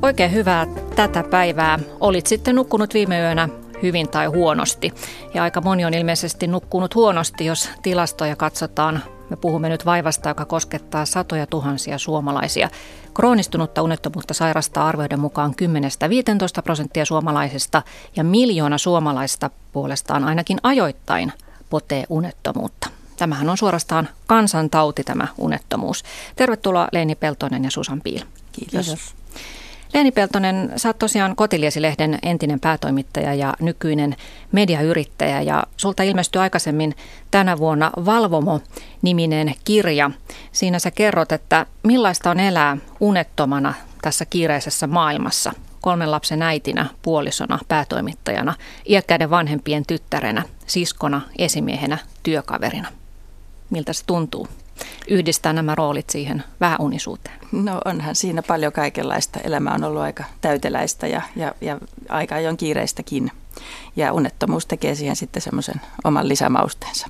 Oikein hyvää tätä päivää. Olit sitten nukkunut viime yönä hyvin tai huonosti. Ja aika moni on ilmeisesti nukkunut huonosti, jos tilastoja katsotaan. Me puhumme nyt vaivasta, joka koskettaa satoja tuhansia suomalaisia. Kroonistunutta unettomuutta sairastaa arvioiden mukaan 10–15% suomalaisista ja 1 miljoona suomalaista puolestaan ainakin ajoittain potee unettomuutta. Tämähän on suorastaan kansantauti tämä unettomuus. Tervetuloa Leeni Peltonen ja Susan Piil. Kiitos. Leeni Peltonen, sä oot tosiaan Kotiliesi-lehden entinen päätoimittaja ja nykyinen mediayrittäjä. Ja sulta ilmestyi aikaisemmin tänä vuonna Valvomo-niminen kirja. Siinä sä kerrot, että millaista on elää unettomana tässä kiireisessä maailmassa. 3 lapsen äitinä, puolisona, päätoimittajana, iäkkäiden vanhempien tyttärenä, siskona, esimiehenä, työkaverina. Miltä se tuntuu yhdistää nämä roolit siihen vähäunisuuteen? No onhan siinä paljon kaikenlaista. Elämä on ollut aika täyteläistä ja aika ajoin kiireistäkin. Ja unettomuus tekee siihen sitten semmoisen oman lisämausteensa.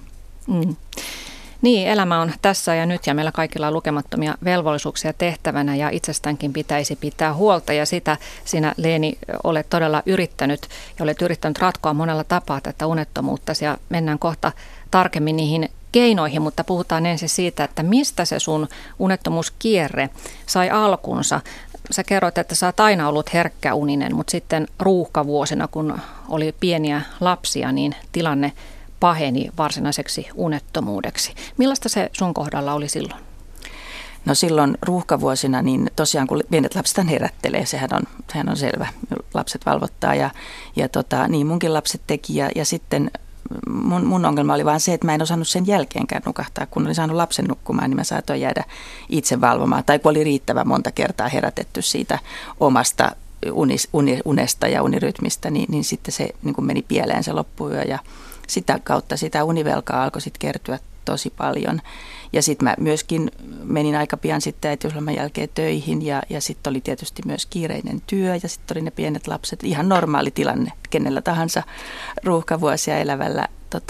Niin, elämä on tässä ja nyt ja meillä kaikilla on lukemattomia velvollisuuksia tehtävänä ja itsestäänkin pitäisi pitää huolta. Ja sitä sinä, Leeni, olet todella yrittänyt ja olet yrittänyt ratkoa monella tapaa tätä unettomuutta. Ja mennään kohta tarkemmin niihin keinoihin, mutta puhutaan ensin siitä, että mistä se sun unettomuuskierre sai alkunsa. Sä kerroit, että sä oot aina ollut herkkäuninen, mutta sitten ruuhkavuosina, kun oli pieniä lapsia, niin tilanne paheni varsinaiseksi unettomuudeksi. Millaista se sun kohdalla oli silloin? No silloin ruuhkavuosina, niin tosiaan kun pienet lapset herättelee, sehän on selvä. Lapset valvottaa ja niin munkin lapset teki ja sitten mun ongelma oli vaan se, että mä en osannut sen jälkeenkään nukahtaa. Kun olin saanut lapsen nukkumaan, niin mä saatoin jäädä itse valvomaan. Tai kun oli riittävän monta kertaa herätetty siitä omasta unesta ja unirytmistä, niin sitten se niin kuin meni pieleen se loppuyö. Ja sitä kautta sitä univelkaa alkoi sitten kertyä tosi paljon. Ja sitten mä myöskin menin aika pian sitten äitiysloman jälkeen töihin ja sitten oli tietysti myös kiireinen työ ja sitten oli ne pienet lapset. Ihan normaali tilanne kenellä tahansa ruuhkavuosia elävällä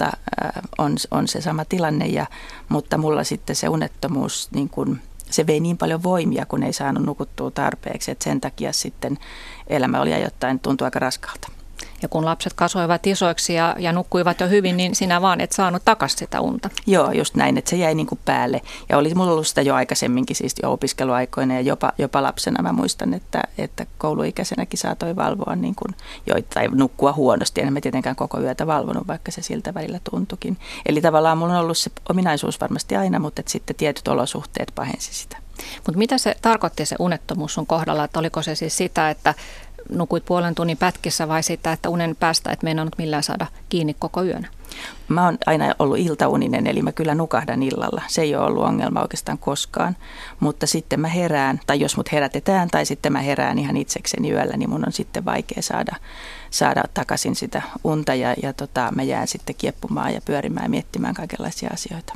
on se sama tilanne, mutta mulla sitten se unettomuus, niin kun, se vei niin paljon voimia, kun ei saanut nukuttua tarpeeksi, että sen takia sitten elämä oli ajoittain tuntui aika raskaalta. Ja kun lapset kasvoivat isoiksi ja nukkuivat jo hyvin, niin sinä vaan et saanut takaisin sitä unta. Joo, just näin, että se jäi niin kuin päälle. Ja oli mulla ollut sitä jo aikaisemminkin, siis jo opiskeluaikoina ja jopa lapsena. Mä muistan, että kouluikäisenäkin saatoi valvoa niin kuin tai nukkua huonosti. En mä tietenkään koko yötä valvonut, vaikka se siltä välillä tuntukin. Eli tavallaan mulla on ollut se ominaisuus varmasti aina, mutta sitten tietyt olosuhteet pahensi sitä. Mutta mitä se tarkoitti se unettomuus sun kohdalla? Että oliko se siis sitä, että nukuit puolen tunnin pätkissä vai sitä, että unen päästä et meinannut millään saada kiinni koko yönä? Mä oon aina ollut iltauninen, eli mä kyllä nukahdan illalla. Se ei ole ollut ongelma oikeastaan koskaan, mutta sitten mä herään, tai jos mut herätetään, tai sitten mä herään ihan itsekseni yöllä, niin mun on sitten vaikea saada takaisin sitä unta ja mä jään sitten kieppumaan ja pyörimään ja miettimään kaikenlaisia asioita.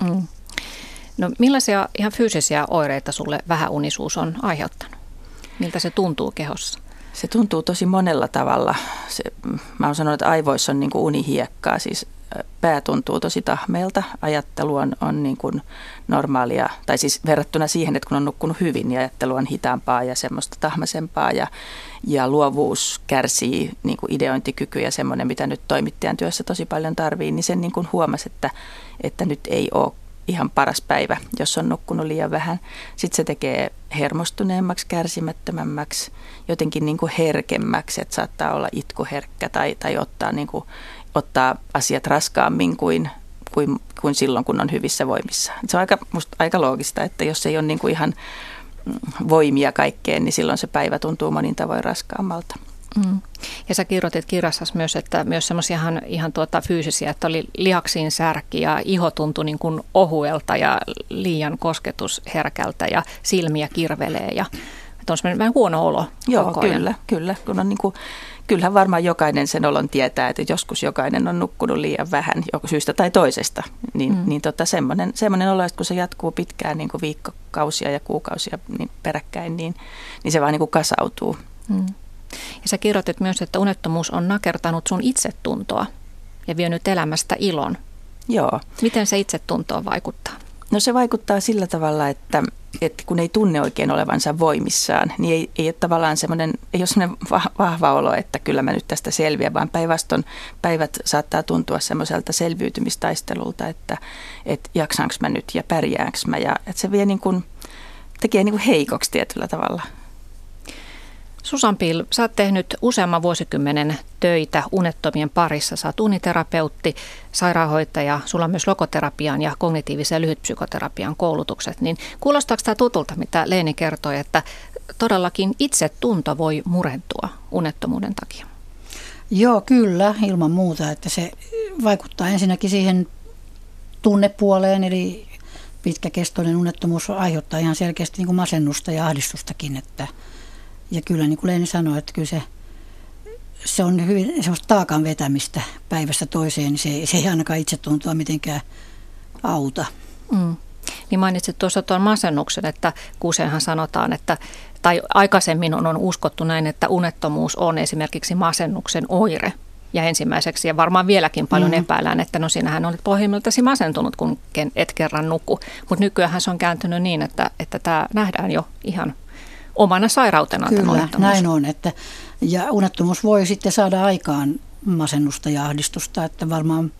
No millaisia ihan fyysisiä oireita sulle vähäunisuus on aiheuttanut? Miltä se tuntuu kehossa? Se tuntuu tosi monella tavalla. Mä oon sanonut, että aivoissa on niin kuin unihiekkaa, siis pää tuntuu tosi tahmeelta. Ajattelu on niin kuin normaalia, tai siis verrattuna siihen, että kun on nukkunut hyvin, niin ajattelu on hitaampaa ja semmoista tahmaisempaa ja luovuus kärsii, niin kuin ideointikyky ja semmoinen, mitä nyt toimittajan työssä tosi paljon tarvii, niin sen niin kuin huomasi, että nyt ei ole ihan paras päivä, jos on nukkunut liian vähän. Sitten se tekee hermostuneemmaksi, kärsimättömämmäksi, jotenkin niin kuin herkemmäksi, että saattaa olla itkuherkkä tai ottaa asiat raskaammin kuin silloin, kun on hyvissä voimissa. Se on musta aika loogista, että jos ei ole niin kuin ihan voimia kaikkeen, niin silloin se päivä tuntuu monin tavoin raskaammalta. Ja sä kirjoitit kirjassasi myös, että myös semmoisia ihan fyysisiä, että oli lihaksiin särki ja iho tuntui niin kuin ohuelta ja liian kosketusherkältä ja silmiä kirvelee ja että on semmoinen vähän huono olo. Joo, kyllä. Kun on niin kuin, kyllähän varmaan jokainen sen olon tietää, että joskus jokainen on nukkunut liian vähän syystä tai toisesta. Semmoinen olo, että kun se jatkuu pitkään niin kuin viikkokausia ja kuukausia niin peräkkäin, niin se vaan niin kuin kasautuu. Ja sä kirjoitit myös, että unettomuus on nakertanut sun itsetuntoa ja vienyt elämästä ilon. Joo. Miten se itsetuntoon vaikuttaa? No se vaikuttaa sillä tavalla, että että kun ei tunne oikein olevansa voimissaan, niin ei ole tavallaan ei ole semmoinen vahva olo, että kyllä mä nyt tästä selviän, vaan päinvastoin päivät saattaa tuntua semmoiselta selviytymistaistelulta, että jaksaanko mä nyt ja pärjäänkö mä, ja että se vie tekee heikoksi tietyllä tavalla. Susan Pihl, sä oot tehnyt useamman vuosikymmenen töitä unettomien parissa. Sä oot uniterapeutti, sairaanhoitaja, sulla on myös logoterapian ja kognitiivisen ja lyhytpsykoterapian koulutukset. Niin kuulostaako tämä tutulta, mitä Leeni kertoi, että todellakin itsetunto voi murentua unettomuuden takia? Joo, kyllä, ilman muuta. Että se vaikuttaa ensinnäkin siihen tunnepuoleen, eli pitkäkestoinen unettomuus aiheuttaa ihan selkeästi niin kuin masennusta ja ahdistustakin, ja kyllä niin kuin Leeni sanoi, että kyllä se on hyvin semmoista taakan vetämistä päivästä toiseen, niin se ei ainakaan itsetuntoa mitenkään auta. Niin mainitsit tuossa tuon masennuksen, että useinhan sanotaan, tai aikaisemmin on uskottu näin, että unettomuus on esimerkiksi masennuksen oire. Ja ensimmäiseksi, ja varmaan vieläkin paljon epäillään, että no sinähän olet pohjimmiltasi masentunut, kun et kerran nuku. Mutta nykyään se on kääntynyt niin, että tämä nähdään jo ihan omana sairautena. Kyllä, näin on. Ja unettomuus voi sitten saada aikaan masennusta ja ahdistusta, että varmaan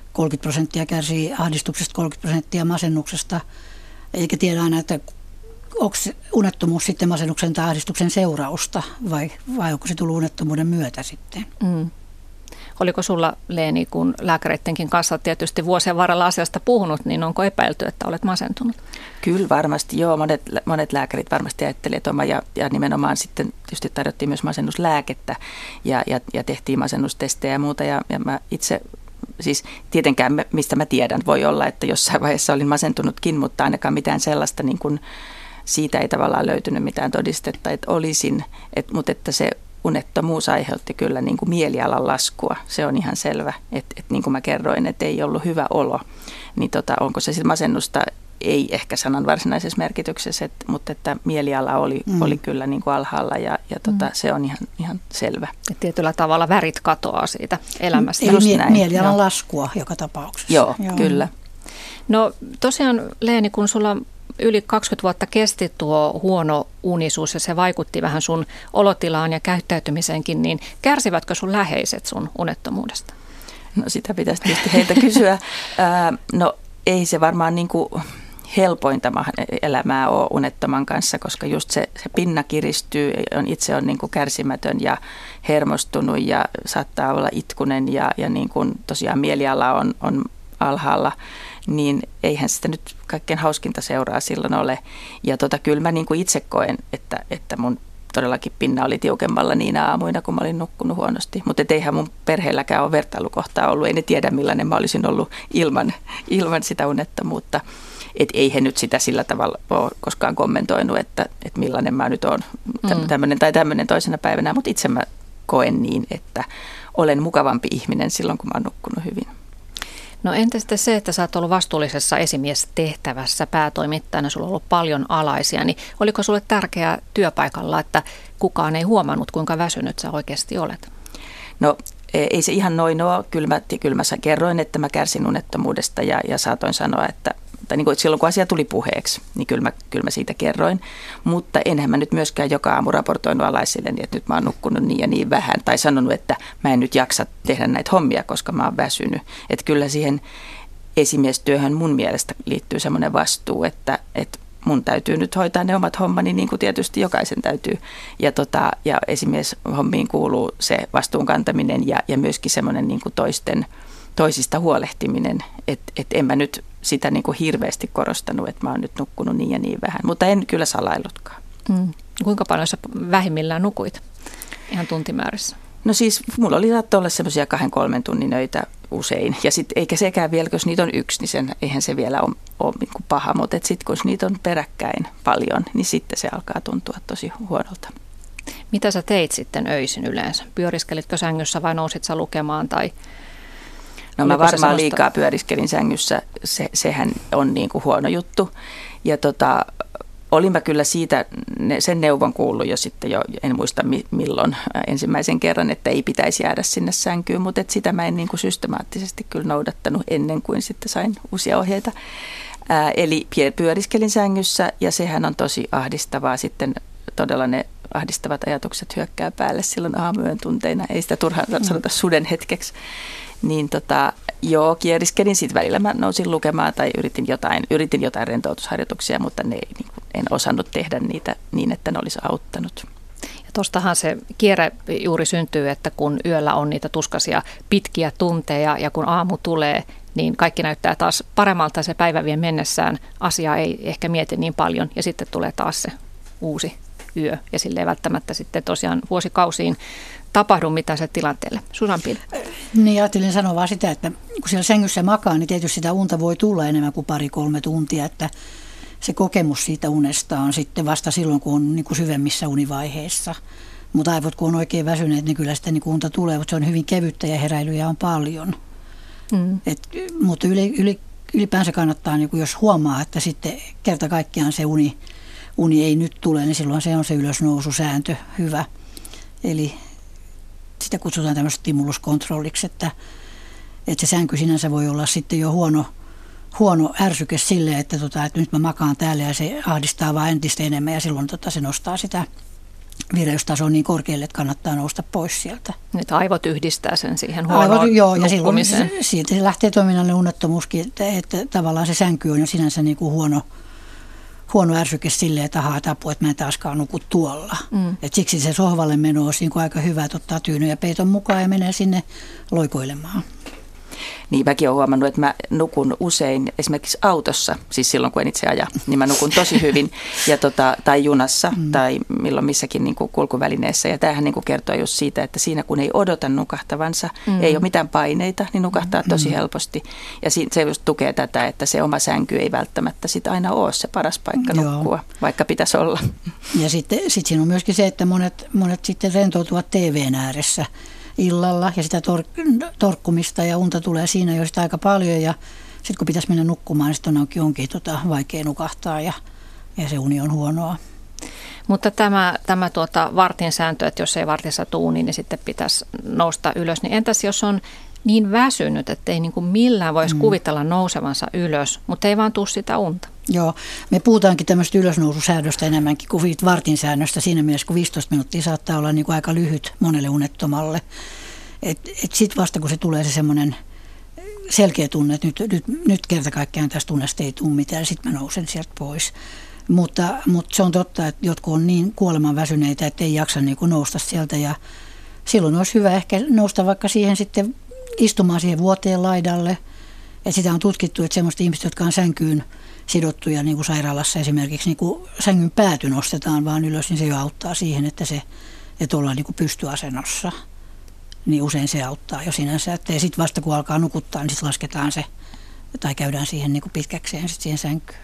30% kärsii ahdistuksesta, 30% masennuksesta, eikä tiedä aina, että onko unettomuus sitten masennuksen tai ahdistuksen seurausta vai onko se tullut unettomuuden myötä sitten. Oliko sulla, Leeni, kun lääkäreittenkin kanssa tietysti vuosien varrella asiasta puhunut, niin onko epäilty, että olet masentunut? Kyllä varmasti, joo. Monet lääkärit varmasti ajattelevat ja nimenomaan sitten tietysti tarjottiin myös masennuslääkettä ja tehtiin masennustestejä ja muuta. Ja mä itse, siis tietenkään mistä mä tiedän, voi olla, että jossain vaiheessa olin masentunutkin, mutta ainakaan mitään sellaista, niin kuin siitä ei tavallaan löytynyt mitään todistetta, että olisin, mutta että se unettomuus aiheutti kyllä niin kuin mielialan laskua. Se on ihan selvä, että niin kuin mä kerroin, että ei ollut hyvä olo. Niin onko se sitten masennusta? Ei ehkä sanan varsinaisessa merkityksessä, mutta että mieliala oli kyllä niin kuin alhaalla ja se on ihan selvä. Ja tietyllä tavalla värit katoaa siitä elämästä. Eli mielialan laskua joka tapauksessa. Joo, kyllä. No tosiaan, Leeni, kun sulla yli 20 vuotta kesti tuo huono unisuus ja se vaikutti vähän sun olotilaan ja käyttäytymiseenkin, niin kärsivätkö sun läheiset sun unettomuudesta? No sitä pitäisi tietysti heiltä kysyä. No ei se varmaan niin kuin helpointa elämää ole unettoman kanssa, koska just se pinna kiristyy, itse on niin kuin kärsimätön ja hermostunut ja saattaa olla itkunen ja niin kuin tosiaan mieliala on alhaalla, niin eihän sitä nyt kaikkein hauskinta seuraa silloin ole. Ja kyllä mä niin kuin itse koen, että mun todellakin pinna oli tiukemmalla niinä aamuina, kun mä olin nukkunut huonosti. Mutta eihän mun perheelläkään ole vertailukohtaa ollut. Ei ne tiedä, millainen mä olisin ollut ilman sitä unettomuutta. Että ei he nyt sitä sillä tavalla ole koskaan kommentoinut, että millainen mä nyt oon tämmöinen tai tämmöinen toisena päivänä. Mutta itse mä koen niin, että olen mukavampi ihminen silloin, kun mä oon nukkunut hyvin. No entä sitten se, että sä oot ollut vastuullisessa esimiestehtävässä päätoimittajana, sulla on ollut paljon alaisia, niin oliko sulle tärkeää työpaikalla, että kukaan ei huomannut, kuinka väsynyt sä oikeasti olet? No ei se ihan noin ole. Kyllä mä kerroin, että mä kärsin unettomuudesta ja saatoin sanoa, että niin kuin silloin kun asia tuli puheeksi, niin kyllä mä siitä kerroin. Mutta enhän mä nyt myöskään joka aamu raportoinut alaisille, niin että nyt mä oon nukkunut niin ja niin vähän. Tai sanonut, että mä en nyt jaksa tehdä näitä hommia, koska mä oon väsynyt. Että kyllä siihen esimiestyöhön mun mielestä liittyy semmoinen vastuu, että mun täytyy nyt hoitaa ne omat hommani niin kuin tietysti jokaisen täytyy. Ja esimieshommiin kuuluu se vastuun kantaminen ja myöskin semmoinen niin kuin toisista huolehtiminen. Että en mä nyt sitä niin kuin hirveästi korostanut, että mä oon nyt nukkunut niin ja niin vähän, mutta en kyllä salaillutkaan. Kuinka paljon sä vähimmillään nukuit ihan tuntimäärissä? No siis mulla saattoi olla semmoisia 2-3 tunnin öitä usein. Ja sitten eikä sekään vielä, jos niitä on yksi, niin eihän se vielä ole niin kuin paha. Mutta sitten kun niitä on peräkkäin paljon, niin sitten se alkaa tuntua tosi huonolta. Mitä sä teit sitten öisin yleensä? Pyöriskelitkö sängyssä vai nousit sä lukemaan tai... No mä varmaan liikaa pyöriskelin sängyssä, sehän on niin kuin huono juttu. Ja olin mä kyllä siitä sen neuvon kuullut jo sitten en muista milloin ensimmäisen kerran, että ei pitäisi jäädä sinne sänkyyn, mutta sitä mä en niin kuin systemaattisesti kyllä noudattanut ennen kuin sitten sain uusia ohjeita. Eli pyöriskelin sängyssä ja sehän on tosi ahdistavaa sitten, todella ne ahdistavat ajatukset hyökkää päälle silloin aamuyön tunteina, ei sitä turhaan sanota suden hetkeksi. Niin kieriskelin, sitten välillä mä nousin lukemaan tai yritin jotain rentoutusharjoituksia, mutta en osannut tehdä niitä niin, että ne olisi auttanut. Ja tuostahan se kierre juuri syntyy, että kun yöllä on niitä tuskaisia pitkiä tunteja ja kun aamu tulee, niin kaikki näyttää taas paremmalta, se päivä vie mennessään, asiaa ei ehkä mieti niin paljon ja sitten tulee taas se uusi yö ja sille ei välttämättä sitten tosiaan vuosikausiin tapahdu mitään se tilanteelle. Susan Pihl. Niin ajattelin sanoa vaan sitä, että kun siellä sängyssä makaa, niin tietysti sitä unta voi tulla enemmän kuin 2-3 tuntia, että se kokemus siitä unesta on sitten vasta silloin, kun on niin kuin syvemmissä univaiheissa. Mutta aivot kun on oikein väsyneet, niin kyllä sitä niin kuin unta tulee, mutta se on hyvin kevyttä ja heräilyjä on paljon. Mutta ylipäänsä kannattaa, niin kuin jos huomaa, että sitten kerta kaikkiaan se uni ei nyt tule, niin silloin se on se ylösnoususääntö hyvä. Eli sitä kutsutaan tämmöistä stimuluskontrolliksi, että se sänky sinänsä voi olla sitten jo huono ärsyke sille, että nyt mä makaan täällä ja se ahdistaa vaan entistä enemmän ja silloin se nostaa sitä vireystasoa niin korkealle, että kannattaa nousta pois sieltä. Nyt aivot yhdistää sen siihen huonoon ja silloin siitä se lähtee toiminnalle unettomuuskin, että tavallaan se sänky on jo sinänsä niin kuin huono ärsyke silleen, että apua, että mä en taaskaan nuku tuolla. Et siksi se sohvalle meno olisi niin kuin aika hyvä, että ottaa tyynyn ja peiton mukaan ja menee sinne loikoilemaan. Niin, mäkin olen huomannut, että mä nukun usein esimerkiksi autossa, siis silloin kun en itse aja, niin mä nukun tosi hyvin, tai junassa tai milloin missäkin niin kuin kulkuvälineessä. Ja tämähän niin kuin kertoo just siitä, että siinä kun ei odota nukahtavansa, ei ole mitään paineita, niin nukahtaa tosi helposti. Ja se just tukee tätä, että se oma sänky ei välttämättä sit aina ole se paras paikka nukkua, vaikka pitäisi olla. Ja sitten siinä on myöskin se, että monet sitten rentoutuvat TVn ääressä illalla ja sitä torkkumista ja unta tulee siinä jo sitä aika paljon ja sitten kun pitäisi mennä nukkumaan, niin sitten onkin vaikea nukahtaa ja se uni on huonoa. Mutta tämä vartin sääntö, että jos ei vartissa tuuni, niin sitten pitäisi nousta ylös, niin entäs jos on niin väsynyt, että ei niin kuin millään voisi kuvitella nousevansa ylös, mutta ei vaan tule sitä unta? Joo, me puhutaankin tämmöistä ylösnoususäädöstä enemmänkin kuin vartin säännöstä siinä mielessä, kun 15 minuuttia saattaa olla niin kuin aika lyhyt monelle unettomalle. Sitten vasta kun se tulee se semmoinen selkeä tunne, että nyt kerta kaikkiaan tästä unesta ei tule mitään, sitten mä nousen sieltä pois. Mutta se on totta, että jotkut on niin kuoleman väsyneitä, että ei jaksa niin kuin nousta sieltä ja silloin olisi hyvä ehkä nousta vaikka siihen sitten istumaan siihen vuoteen laidalle. Et sitä on tutkittu, että semmoista ihmistä, jotka on sänkyyn sidottuja niin kuin sairaalassa esimerkiksi, niin kuin sängyn pääty nostetaan vaan ylös, niin se jo auttaa siihen, että ollaan niin kuin pystyasennossa. Niin usein se auttaa jo sinänsä. Ja sitten vasta kun alkaa nukuttaa, niin sitten lasketaan se tai käydään siihen niin kuin pitkäkseen sit siihen sänkyyn.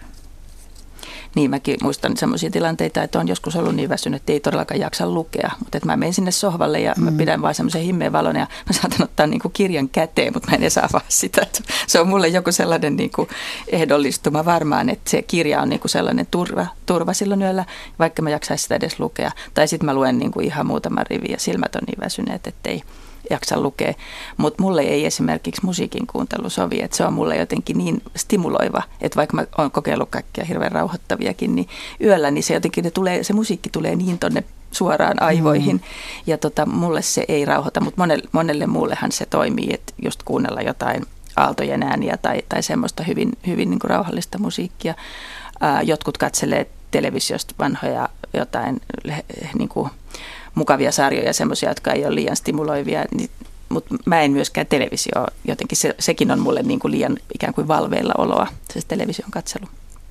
Niin, mäkin muistan sellaisia tilanteita, että on joskus ollut niin väsynyt, että ei todellakaan jaksa lukea. Mutta että mä menen sinne sohvalle ja mä pidän vaan semmoisen himmeen valon ja mä saatan ottaa niin kuin kirjan käteen, mutta mä en edes avaa sitä. Se on mulle joku sellainen niin kuin ehdollistuma varmaan, että se kirja on niin kuin sellainen turva silloin yöllä, vaikka mä jaksaisin sitä edes lukea. Tai sitten mä luen niin kuin ihan muutaman rivin ja silmät on niin väsyneet, ettei jaksa lukea, mutta mulle ei esimerkiksi musiikin kuuntelu sovi, että se on mulle jotenkin niin stimuloiva, että vaikka mä oon kokeillut kaikkia hirveän rauhoittaviakin, niin yöllä niin se jotenkin se musiikki tulee niin tonne suoraan aivoihin ja mulle se ei rauhoita, mutta monelle muullehan se toimii, että just kuunnella jotain aaltojen ääniä tai semmoista hyvin, hyvin niin kuin rauhallista musiikkia. Jotkut katselee televisiosta vanhoja jotain niin kuin mukavia sarjoja, semmoisia, jotka ei ole liian stimuloivia, mutta mä en myöskään televisio, jotenkin sekin on mulle niin kuin liian ikään kuin valveilla oloa, se television katselu.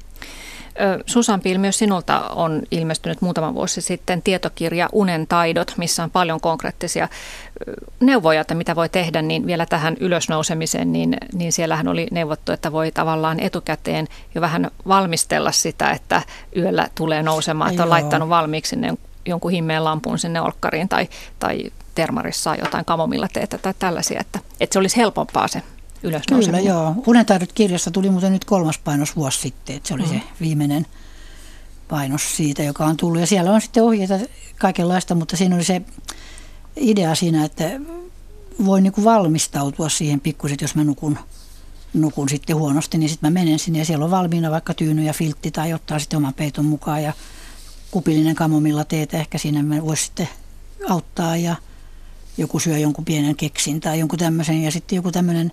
Susan Pihl, myös sinulta on ilmestynyt muutama vuosi sitten tietokirja Unen taidot, missä on paljon konkreettisia neuvoja, että mitä voi tehdä, niin vielä tähän ylösnousemiseen, niin siellähän oli neuvottu, että voi tavallaan etukäteen jo vähän valmistella sitä, että yöllä tulee nousemaan, että on laittanut valmiiksi sinne jonkun himmeen lampun sinne olkkariin tai termarissa jotain kamomillateetä tai tällaisia, että se olisi helpompaa se ylösnouseminen. Kyllä, joo. Unen taidot -kirjasta tuli muuten nyt 3. painos vuosi sitten, että se oli se painos siitä, joka on tullut. Ja siellä on sitten ohjeita kaikenlaista, mutta siinä oli se idea siinä, että voi niin kuin valmistautua siihen pikkuset, jos mä nukun sitten huonosti, niin sitten mä menen sinne ja siellä on valmiina vaikka tyyny ja filtti tai ottaa sitten oman peiton mukaan ja kupillinen kamomilla teetä ehkä siinä voisi sitten auttaa ja joku syö jonkun pienen keksin tai jonkun tämmöisen ja sitten joku tämmöinen,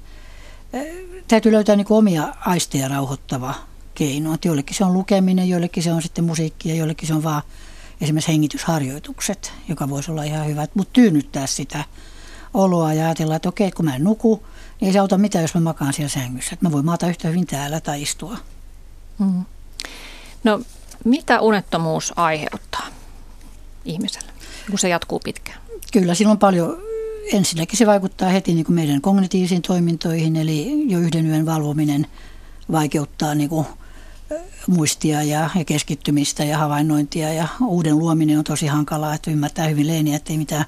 täytyy löytää niin kuin omia aisteja rauhoittava keino. Että joillekin se on lukeminen, joillekin se on sitten musiikki ja joillekin se on vaan esimerkiksi hengitysharjoitukset, joka voisi olla ihan hyvä, mutta tyynnyttää sitä oloa ja ajatella, että okei, kun mä en nuku, niin ei se auta mitään, jos mä makaan siellä sängyssä. Että mä voin maata yhtä hyvin täällä tai istua. Mm. No, mitä unettomuus aiheuttaa ihmiselle, kun se jatkuu pitkään? Kyllä, silloin paljon. Ensinnäkin se vaikuttaa heti niin kuin meidän kognitiivisiin toimintoihin, eli jo yhden yön valvominen vaikeuttaa niin kuin muistia ja keskittymistä ja havainnointia ja uuden luominen on tosi hankalaa, että ymmärtää hyvin Leeniä, että ei mitään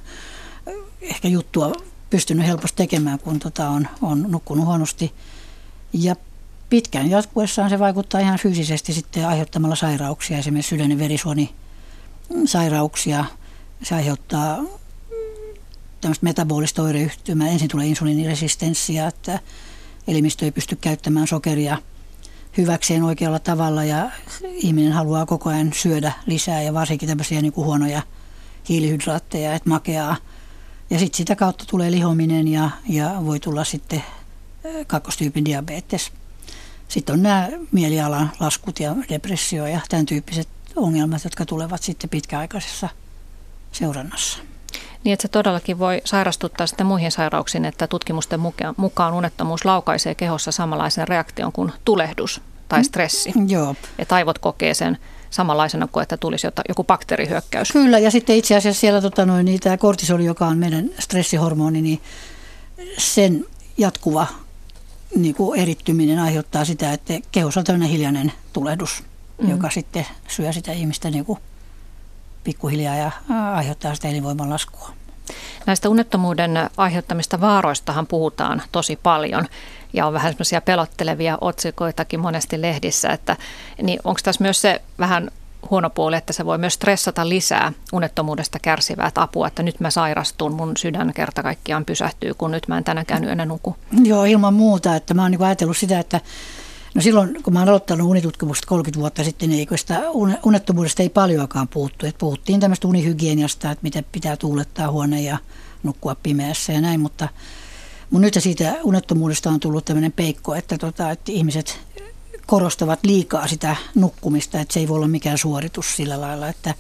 ehkä juttua pystynyt helposti tekemään, kun on nukkunut huonosti. Ja pitkään jatkuessaan se vaikuttaa ihan fyysisesti sitten aiheuttamalla sairauksia, esimerkiksi sydän- ja verisuonisairauksia. Se aiheuttaa tämmöistä metabolista oireyhtymää. Ensin tulee insuliiniresistenssia, että elimistö ei pysty käyttämään sokeria hyväkseen oikealla tavalla ja ihminen haluaa koko ajan syödä lisää ja varsinkin tämmöisiä niin kuin huonoja hiilihydraatteja, että makeaa. Ja sitten sitä kautta tulee lihominen ja voi tulla sitten kakkostyypin diabetes. Sitten on nämä mielialan laskut ja depressio ja tämän tyyppiset ongelmat, jotka tulevat sitten pitkäaikaisessa seurannassa. Niin, että se todellakin voi sairastuttaa sitten muihin sairauksiin, että tutkimusten mukaan unettomuus laukaisee kehossa samanlaisen reaktion kuin tulehdus tai stressi. Joo. Että aivot kokee sen samanlaisena kuin, että tulisi joku bakteerihyökkäys. Kyllä, ja sitten itse asiassa siellä niin tämä kortisoli, joka on meidän stressihormoni, niin sen jatkuva niin kuin erittyminen aiheuttaa sitä, että kehossa on tämmöinen hiljainen tulehdus, joka sitten syö sitä ihmistä niin kuin pikkuhiljaa ja aiheuttaa sitä elinvoiman laskua. Näistä unettomuuden aiheuttamista vaaroistahan puhutaan tosi paljon ja on vähän semmoisia pelottelevia otsikoitakin monesti lehdissä, että niin onko tässä myös se vähän huono puoli, että se voi myös stressata lisää unettomuudesta kärsivää, että apua, että nyt mä sairastun, mun sydän kerta kaikkiaan pysähtyy, kun nyt mä en tänäkään yönä nuku. Joo, ilman muuta, että mä oon niin kuin ajatellut sitä, että no silloin, kun mä oon aloittanut unitutkimusta 30 vuotta sitten, niin sitä unettomuudesta ei paljoakaan puhuttu. Et puhuttiin tämmöistä unihygieniasta, että miten pitää tuulettaa huone ja nukkua pimeässä ja näin, mutta nyt siitä unettomuudesta on tullut tämmöinen peikko, että ihmiset korostavat liikaa sitä nukkumista, että se ei voi olla mikään suoritus sillä lailla, että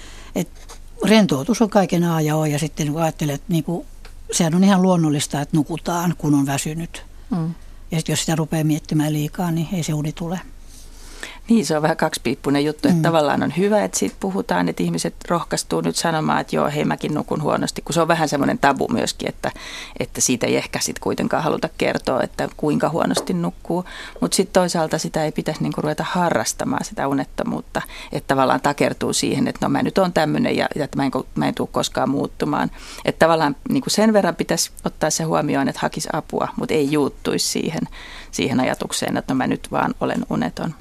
rentoutus on kaiken A ja O ja sitten ajattelee, että sehän on ihan luonnollista, että nukutaan, kun on väsynyt. Ja sitten jos sitä rupeaa miettimään liikaa, niin ei se uni tule. Niin, se on vähän kaksipiippunen juttu, että tavallaan on hyvä, että siitä puhutaan, että ihmiset rohkaistuu nyt sanomaan, että joo, hei mäkin nukun huonosti, kun se on vähän semmoinen tabu myöskin, että siitä ei ehkä sitten kuitenkaan haluta kertoa, että kuinka huonosti nukkuu, mutta sitten toisaalta sitä ei pitäisi niinku ruveta harrastamaan sitä unettomuutta, että tavallaan takertuu siihen, että no mä nyt oon tämmöinen ja että mä en tule koskaan muuttumaan, että tavallaan niinku sen verran pitäisi ottaa se huomioon, että hakisi apua, mutta ei juuttuisi siihen ajatukseen, että no mä nyt vaan olen uneton.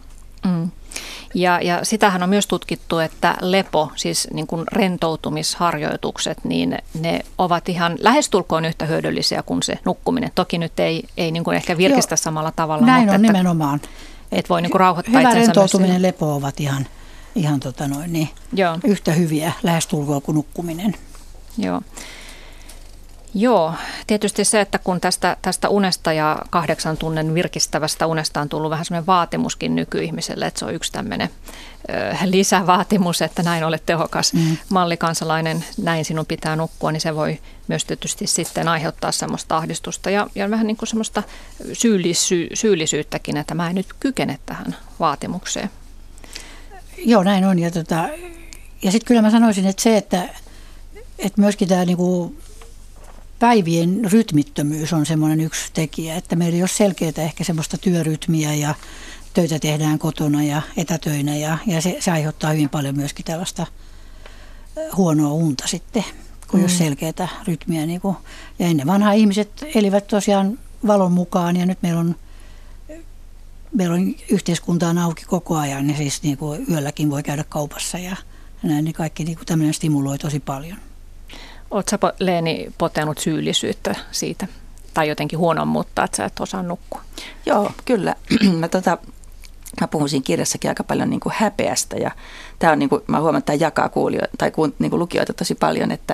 Ja sitähän on myös tutkittu, että lepo, siis niin kuin rentoutumisharjoitukset, niin ne ovat ihan lähestulkoon yhtä hyödyllisiä kuin se nukkuminen. Toki nyt ei niin kuin ehkä virkistä samalla tavalla. Näin mutta on nimenomaan. Että voi niin kuin rauhoittaa hyvä itsensä. rentoutuminen ja lepo ovat ihan yhtä hyviä lähestulkoon kuin nukkuminen. Joo, tietysti se, että kun tästä unesta ja 8 tunnin virkistävästä unesta on tullut vähän semmoinen vaatimuskin nykyihmiselle, että se on yksi tämmöinen lisävaatimus, että näin olet tehokas mallikansalainen, näin sinun pitää nukkua, niin se voi myös tietysti sitten aiheuttaa semmoista ahdistusta ja vähän niin kuin semmoista syyllisyyttäkin, että mä en nyt kykene tähän vaatimukseen. Joo, näin on. Ja sitten kyllä mä sanoisin, että se, että myöskin tämä niinku päivien rytmittömyys on semmoinen yksi tekijä, että meillä ei ole selkeää ehkä semmoista työrytmiä ja töitä tehdään kotona ja etätöinä ja se aiheuttaa hyvin paljon myöskin tällaista huonoa unta sitten, kun jos selkeää rytmiä. Ja ennen vanhaa ihmiset elivät tosiaan valon mukaan ja nyt meillä on meillä on yhteiskunta on auki koko ajan, niin siis niin kuin yölläkin voi käydä kaupassa ja näin, niin kaikki niin kuin tämmöinen stimuloi tosi paljon. Oletko sä, Leeni, potenut syyllisyyttä siitä tai jotenkin huonommuutta, että sä et osaa nukkua? Joo, kyllä. Mä puhun siinä kirjassakin aika paljon niin kuin häpeästä ja tämä on, niin kuin, mä huomaan, että tämä jakaa niin kuin lukijoita tosi paljon, että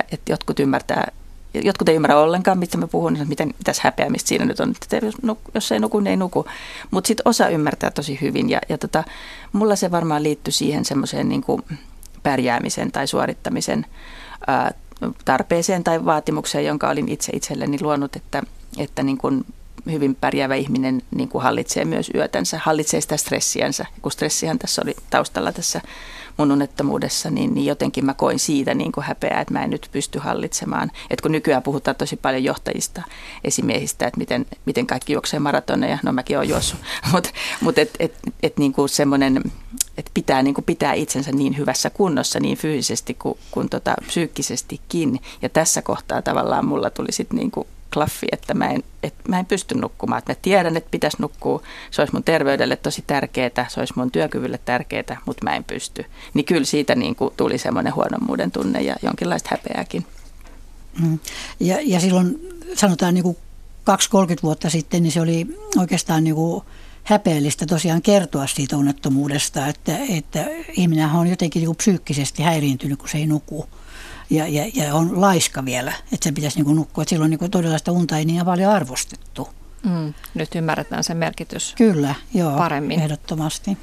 jotkut ei ymmärrä ollenkaan, mistä mä puhun, niin mitäs häpeämistä siinä nyt on, että jos ei nuku, niin ei nuku. Mutta sitten osa ymmärtää tosi hyvin ja mulla se varmaan liittyy siihen semmoiseen niin kuin pärjäämisen tai suorittamisen tarpeeseen tai vaatimukseen, jonka olin itse itselleni luonut, että niin kuin hyvin pärjäävä ihminen niin kuin hallitsee myös yötänsä, hallitsee sitä stressiänsä. Kun stressihän tässä oli taustalla tässä mun unettomuudessa, niin jotenkin mä koin siitä niin kuin häpeää, että mä en nyt pysty hallitsemaan. Et kun nykyään puhutaan tosi paljon johtajista, esimiehistä, että miten kaikki juoksee maratoneja, no mäkin oon juossut, mutta niin kuin semmoinen, että pitää niin kuin pitää itsensä niin hyvässä kunnossa niin fyysisesti kuin psyykkisestikin. Ja tässä kohtaa tavallaan mulla tuli sitten niin kuin klaffi, että mä en pysty nukkumaan. Että mä tiedän, että pitäisi nukkua. Se olisi mun terveydelle tosi tärkeää, se olisi mun työkyvylle tärkeää, mutta mä en pysty. Niin kyllä siitä niin kuin tuli semmoinen huonommuuden tunne ja jonkinlaista häpeääkin. Ja silloin sanotaan niin kuin 2-30 vuotta sitten, niin se oli oikeastaan niin kuin häpeällistä tosiaan kertoa siitä unettomuudesta, että ihminenhän on jotenkin niin kuin psyykkisesti häiriintynyt, kun se ei nuku. Ja on laiska vielä, että se pitäisi niin kuin nukkua. Että silloin niin todella sitä unta ei niin paljon arvostettu. Nyt ymmärretään sen merkitys kyllä, joo, paremmin. Ehdottomasti.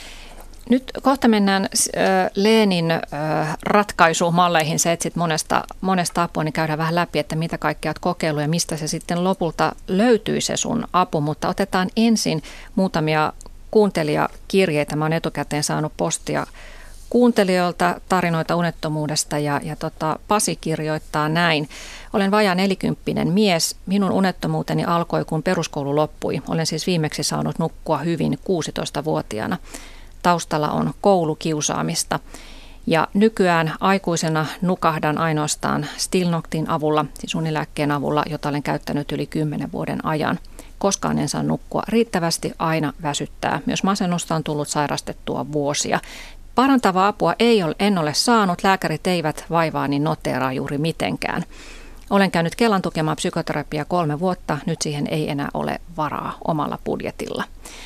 Nyt kohta mennään Leenin ratkaisumalleihin. Sä etsit monesta apua, niin käydään vähän läpi, että mitä kaikkea olet kokeillut ja mistä se sitten lopulta löytyy se sun apu. Mutta otetaan ensin muutamia kuuntelijakirjeitä. Mä oon etukäteen saanut postia kuuntelijoilta tarinoita unettomuudesta ja Pasi kirjoittaa näin. Olen vajaa 40 mies. Minun unettomuuteni alkoi, kun peruskoulu loppui. Olen siis viimeksi saanut nukkua hyvin 16-vuotiaana. Taustalla on koulukiusaamista. Ja nykyään aikuisena nukahdan ainoastaan Stilnoctin avulla, siis unilääkkeen avulla, jota olen käyttänyt yli 10 vuoden ajan. Koskaan en saa nukkua riittävästi, aina väsyttää. Myös masennusta on tullut sairastettua vuosia. Parantavaa apua en ole saanut, lääkärit eivät vaivaani noteeraa juuri mitenkään. Olen käynyt Kelan tukemaa psykoterapiaa 3 vuotta, nyt siihen ei enää ole varaa omalla budjetilla.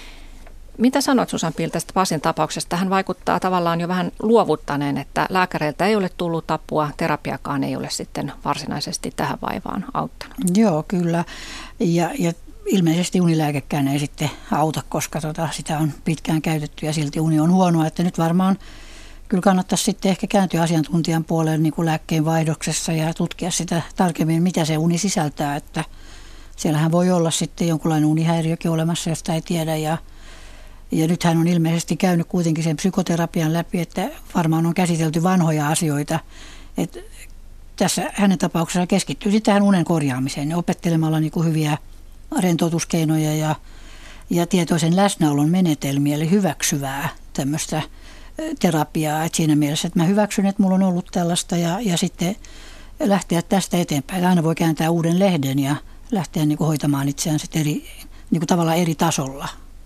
Mitä sanot, Susan Pihl, tästä Pasin tapauksesta? Hän vaikuttaa tavallaan jo vähän luovuttaneen, että lääkäreiltä ei ole tullut apua, terapiakaan ei ole sitten varsinaisesti tähän vaivaan auttanut. Joo, kyllä. Ja ilmeisesti unilääkekään ei sitten auta, koska sitä on pitkään käytetty ja silti uni on huonoa, että nyt varmaan kyllä kannattaisi sitten ehkä kääntyä asiantuntijan puolelle niin kuin lääkkeen vaihdoksessa ja tutkia sitä tarkemmin, mitä se uni sisältää, että siellähän voi olla sitten jonkunlainen unihäiriökin olemassa, josta ei tiedä ja nyt hän on ilmeisesti käynyt kuitenkin sen psykoterapian läpi, että varmaan on käsitelty vanhoja asioita, että tässä hänen tapauksessaan keskittyy sitten tähän unen korjaamiseen ja opettelemalla niin kuin hyviä rentoutuskeinoja ja tietoisen läsnäolon menetelmiä, eli hyväksyvää tämmöistä terapiaa. Et siinä mielessä, että mä hyväksyn, että mulla on ollut tällaista ja sitten lähteä tästä eteenpäin. Aina voi kääntää uuden lehden ja lähteä niin kuin hoitamaan itseään sitten niin kuin tavallaan eri tasolla.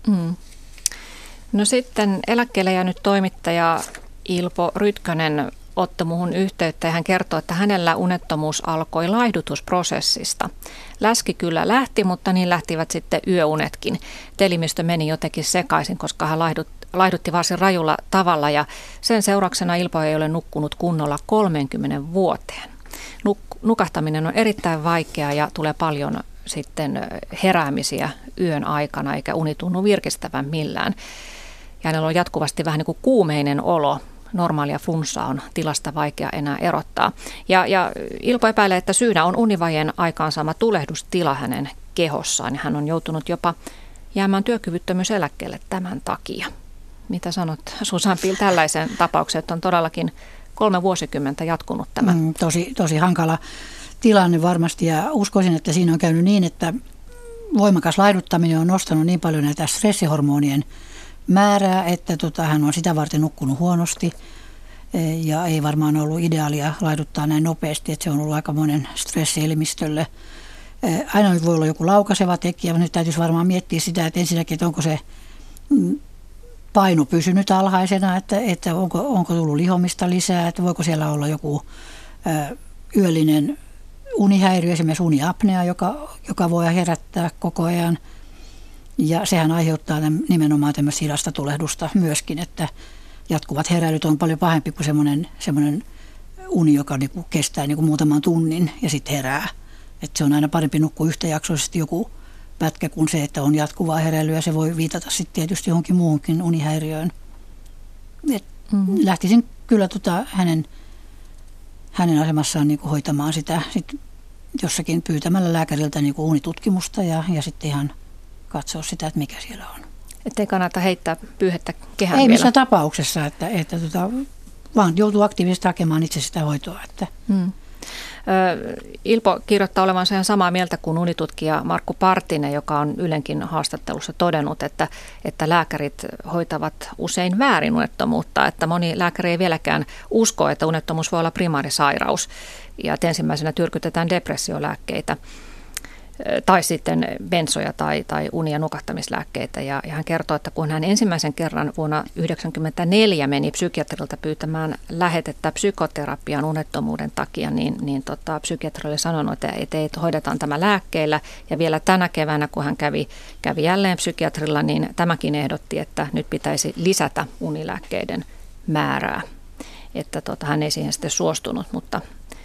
No sitten eläkkeelle jäänyt toimittaja Ilpo Rytkönen otti muuhun yhteyttä ja hän kertoi, että hänellä unettomuus alkoi laihdutusprosessista. Läski kyllä lähti, mutta niin lähtivät sitten yöunetkin. Elimistö meni jotenkin sekaisin, koska hän laihdutti varsin rajulla tavalla ja sen seurauksena Ilpo ei ole nukkunut kunnolla 30 vuoteen. Nukahtaminen on erittäin vaikeaa ja tulee paljon sitten heräämisiä yön aikana eikä uni tunnu virkistävän millään. Ja hänellä on jatkuvasti vähän niin kuin kuumeinen olo. Normaalia flunssaa on tilasta vaikea enää erottaa. Ja Ilpo epäilee, että syynä on univajeen aikaansaama tulehdustila hänen kehossaan. Ja hän on joutunut jopa jäämään työkyvyttömyyseläkkeelle tämän takia. Mitä sanot, Susan Pihl, tällaisen tapauksen, että on todellakin 3 vuosikymmentä jatkunut tämä? Tosi hankala tilanne varmasti ja uskoisin, että siinä on käynyt niin, että voimakas laiduttaminen on nostanut niin paljon näitä stressihormonien määrää, että hän on sitä varten nukkunut huonosti ja ei varmaan ollut ideaalia laiduttaa näin nopeasti, että se on ollut aika monen stressi elimistölle. Aina nyt voi olla joku laukaiseva tekijä, mutta nyt täytyisi varmaan miettiä sitä, että ensinnäkin, että onko se paino pysynyt alhaisena, että onko tullut lihomista lisää, että voiko siellä olla joku yöllinen unihäiriö, esimerkiksi uniapnea, joka voi herättää koko ajan. Ja sehän aiheuttaa nimenomaan tämmöistä hidasta tulehdusta myöskin, että jatkuvat heräilyt on paljon pahempi kuin semmoinen uni, joka niinku kestää niinku muutaman tunnin ja sitten herää. Että se on aina parempi nukkua yhtäjaksoisesti joku pätkä kuin se, että on jatkuvaa heräilyä. Se voi viitata sitten tietysti johonkin muuhunkin unihäiriöön. Lähtisin kyllä hänen asemassaan niinku hoitamaan sitä sit jossakin pyytämällä lääkäriltä niinku unitutkimusta ja sitten ihan katsoa sitä, että mikä siellä on. Että ei kannata heittää pyyhettä kehään Ei vielä. missään tapauksessa, että vaan joutuu aktiivisesti hakemaan itse sitä hoitoa. Että. Ilpo kirjoittaa olevansa ihan samaa mieltä kuin unitutkija Markku Partinen, joka on Ylenkin haastattelussa todennut, että lääkärit hoitavat usein väärin unettomuutta, että moni lääkäri ei vieläkään usko, että unettomuus voi olla primaarisairaus ja että ensimmäisenä tyrkytetään depressiolääkkeitä tai sitten bensoja tai uni- ja nukahtamislääkkeitä. Ja hän kertoo, että kun hän ensimmäisen kerran vuonna 1994 meni psykiatrilta pyytämään lähetettä psykoterapian unettomuuden takia, niin psykiatri oli sanonut, että hoidetaan tämä lääkkeillä. Ja vielä tänä keväänä, kun hän kävi jälleen psykiatrilla, niin tämäkin ehdotti, että nyt pitäisi lisätä unilääkkeiden määrää. Että hän ei siihen sitten suostunut, mutta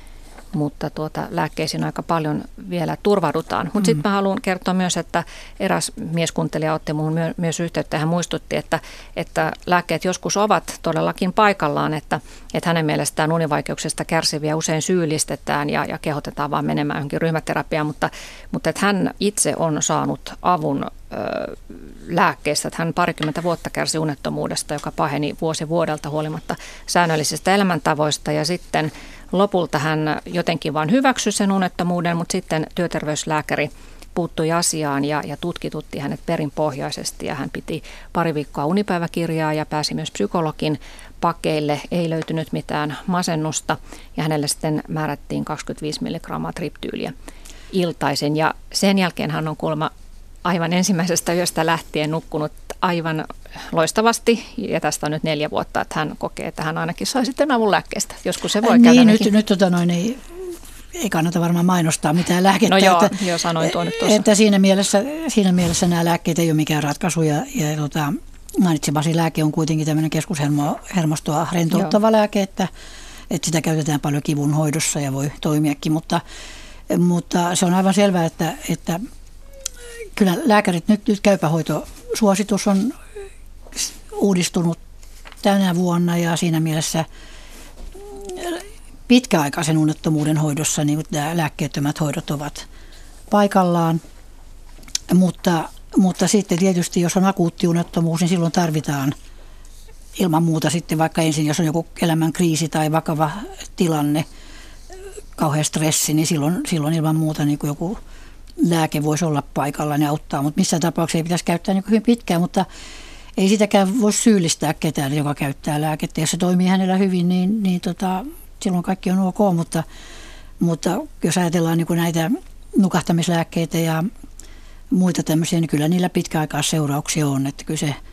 lääkkeisiin aika paljon vielä turvaudutaan. Mutta sitten mä haluan kertoa myös, että eräs mieskuuntelija otti minuun myös yhteyttä ja hän muistutti, että lääkkeet joskus ovat todellakin paikallaan, että hänen mielestään univaikeuksista kärsiviä usein syyllistetään ja kehotetaan vaan menemään johonkin ryhmäterapiaan, mutta että hän itse on saanut avun lääkkeistä, että hän 20 vuotta kärsi unettomuudesta, joka paheni vuosi vuodelta huolimatta säännöllisistä elämäntavoista ja sitten lopulta hän jotenkin vain hyväksyi sen unettomuuden, mutta sitten työterveyslääkäri puuttui asiaan ja tutkitutti hänet perinpohjaisesti ja hän piti pari viikkoa unipäiväkirjaa ja pääsi myös psykologin pakeille. Ei löytynyt mitään masennusta ja hänelle sitten määrättiin 25 milligrammaa triptyyliä iltaisin ja sen jälkeen hän on kuulemma aivan ensimmäisestä yöstä lähtien nukkunut aivan loistavasti ja tästä on nyt 4 vuotta, että hän kokee, että hän ainakin sai sitten avun lääkkeestä. Joskus se voi käydä nyt ei kannata varmaan mainostaa mitään lääkettä. No joo, sanoin tuon nyt tuossa. Että siinä mielessä nämä lääkkeet ei ole mikään ratkaisu ja mainitsemasi lääke on kuitenkin tämmöinen keskushermostoa rentouttava lääke, että sitä käytetään paljon kivun hoidossa ja voi toimiakin, mutta se on aivan selvää, että kyllä lääkärit nyt käypähoitosuositus on uudistunut tänä vuonna ja siinä mielessä pitkäaikaisen unettomuuden hoidossa niin nämä lääkkeettömät hoidot ovat paikallaan, mutta sitten tietysti jos on akuutti unettomuus, niin silloin tarvitaan ilman muuta sitten vaikka ensin, jos on joku elämän kriisi tai vakava tilanne, kauhea stressi, niin silloin ilman muuta niin kuin joku lääke voisi olla paikallaan ja auttaa, mutta missään tapauksessa ei pitäisi käyttää niin hyvin pitkään, mutta ei sitäkään voi syyllistää ketään, joka käyttää lääkettä. Jos se toimii hänellä hyvin, niin silloin kaikki on ok, mutta jos ajatellaan niin kuin näitä nukahtamislääkkeitä ja muita tämmöisiä, niin kyllä niillä pitkäaikaisseurauksia on, että kyllä se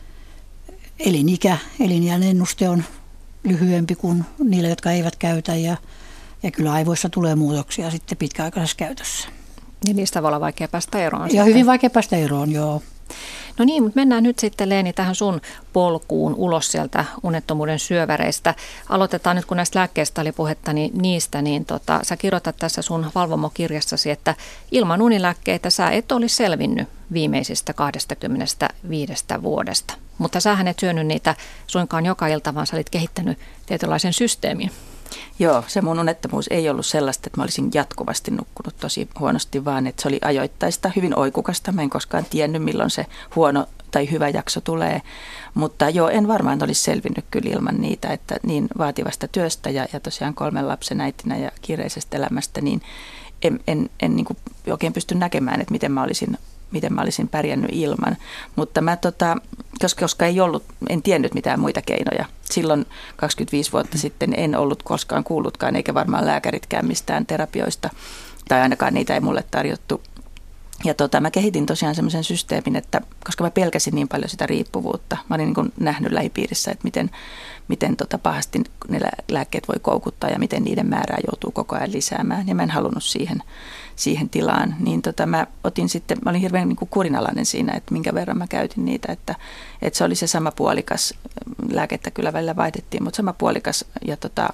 eliniän ennuste on lyhyempi kuin niillä, jotka eivät käytä ja kyllä aivoissa tulee muutoksia sitten pitkäaikaisessa käytössä. Ja niistä voi olla vaikea päästä eroon. Ja sitten. hyvin vaikea päästä eroon, joo. No niin, mutta mennään nyt sitten Leeni tähän sun polkuun ulos sieltä unettomuuden syöväreistä. Aloitetaan nyt, kun näistä lääkkeistä oli puhetta, niin niistä, sä kirjoitat tässä sun valvomokirjassasi, että ilman unilääkkeitä sä et olisi selvinnyt viimeisistä 25 vuodesta. Mutta sähän et syönyt niitä suinkaan joka ilta, vaan sä olit kehittänyt tietynlaisen systeemin. Joo, se mun unettomuus ei ollut sellaista, että mä olisin jatkuvasti nukkunut tosi huonosti, vaan että se oli ajoittaista, hyvin oikukasta. Mä en koskaan tiennyt, milloin se huono tai hyvä jakso tulee, mutta joo, en varmaan olisi selvinnyt kyllä ilman niitä, että niin vaativasta työstä ja tosiaan 3 lapsen äitinä ja kiireisestä elämästä, niin en niin kuin oikein pysty näkemään, että miten mä olisin pärjännyt ilman, mutta mä koska en tiennyt mitään muita keinoja. Silloin 25 vuotta sitten en ollut koskaan kuullutkaan, eikä varmaan lääkäritkään mistään terapioista, tai ainakaan niitä ei mulle tarjottu. Ja mä kehitin tosiaan semmoisen systeemin, että koska mä pelkäsin niin paljon sitä riippuvuutta, mä olin niin kuin nähnyt lähipiirissä, että miten pahasti ne lääkkeet voi koukuttaa ja miten niiden määrää joutuu koko ajan lisäämään. Ja mä en halunnut siihen tilaan. Niin mä olin hirveän niin kuin kurinalainen siinä, että minkä verran mä käytin niitä. Että se oli se sama puolikas, lääkettä kyllä välillä vaihdettiin, mutta sama puolikas ja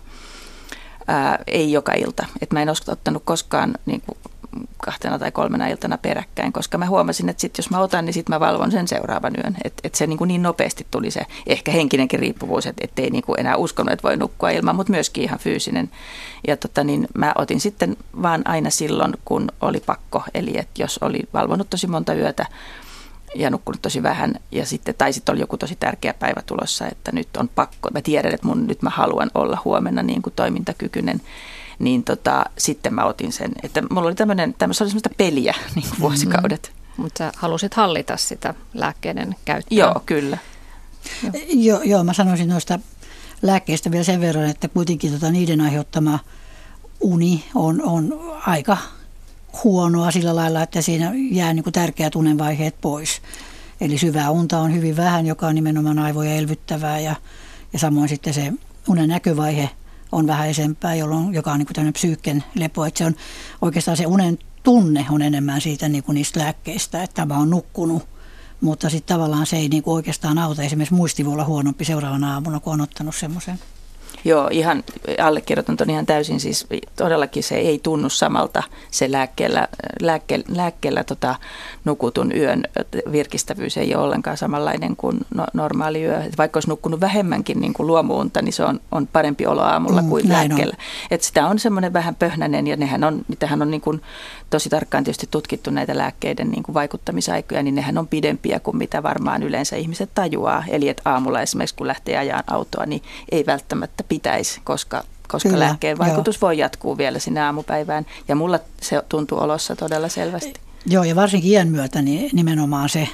ei joka ilta. Että mä en olisi ottanut koskaan niin kuin 2 tai 3 iltana peräkkäin, koska mä huomasin, että jos mä otan, niin sitten mä valvon sen seuraavan yön. Että se niin nopeasti tuli se ehkä henkinenkin riippuvuus, että ei niin kuin enää uskonut, että voi nukkua ilman, mutta myöskin ihan fyysinen. Ja mä otin sitten vaan aina silloin, kun oli pakko. Eli että jos oli valvonut tosi monta yötä ja nukkunut tosi vähän, tai sitten oli joku tosi tärkeä päivä tulossa, että nyt on pakko. Mä tiedän, että nyt mä haluan olla huomenna niin kuin toimintakykyinen. Niin sitten mä otin sen, että mulla oli se oli semmoista peliä niin kuin vuosikaudet. Mutta sä halusit hallita sitä lääkkeiden käyttöä. Joo, kyllä. Joo, mä sanoisin noista lääkkeistä vielä sen verran, että kuitenkin niiden aiheuttama uni on aika huonoa sillä lailla, että siinä jää niin kuin tärkeät unenvaiheet pois. Eli syvää unta on hyvin vähän, joka on nimenomaan aivoja elvyttävää ja samoin sitten se unen näkövaihe on vähäisempää, joka on niin kuin tämmöinen psyykken lepo. Että se on oikeastaan se unen tunne on enemmän siitä niin kuin niistä lääkkeistä, että mä oon nukkunut, mutta sitten tavallaan se ei niin kuin oikeastaan auta. Esimerkiksi muisti voi olla huonompi seuraavana aamuna, kun on ottanut semmoisen. Joo, ihan allekirjoitan ton ihan täysin. Siis todellakin se ei tunnu samalta se lääkkeellä nukutun yön virkistävyys ei ole ollenkaan samanlainen kuin normaali yö. Et vaikka olisi nukkunut vähemmänkin niin kuin luomuunta, niin se on parempi olo aamulla kuin lääkkeellä. Et sitä on semmoinen vähän pöhnäinen ja niitähän on niin kuin tosi tarkkaan tietysti tutkittu näitä lääkkeiden niin kuin vaikuttamisaikoja, niin nehän on pidempiä kuin mitä varmaan yleensä ihmiset tajuaa. Eli että aamulla esimerkiksi kun lähtee ajaan autoa, niin ei välttämättä pitäisi, koska kyllä, lääkkeen vaikutus voi jatkuu vielä sinne aamupäivään. Ja mulla se tuntuu olossa todella selvästi. Joo, ja varsinkin iän myötä niin nimenomaan se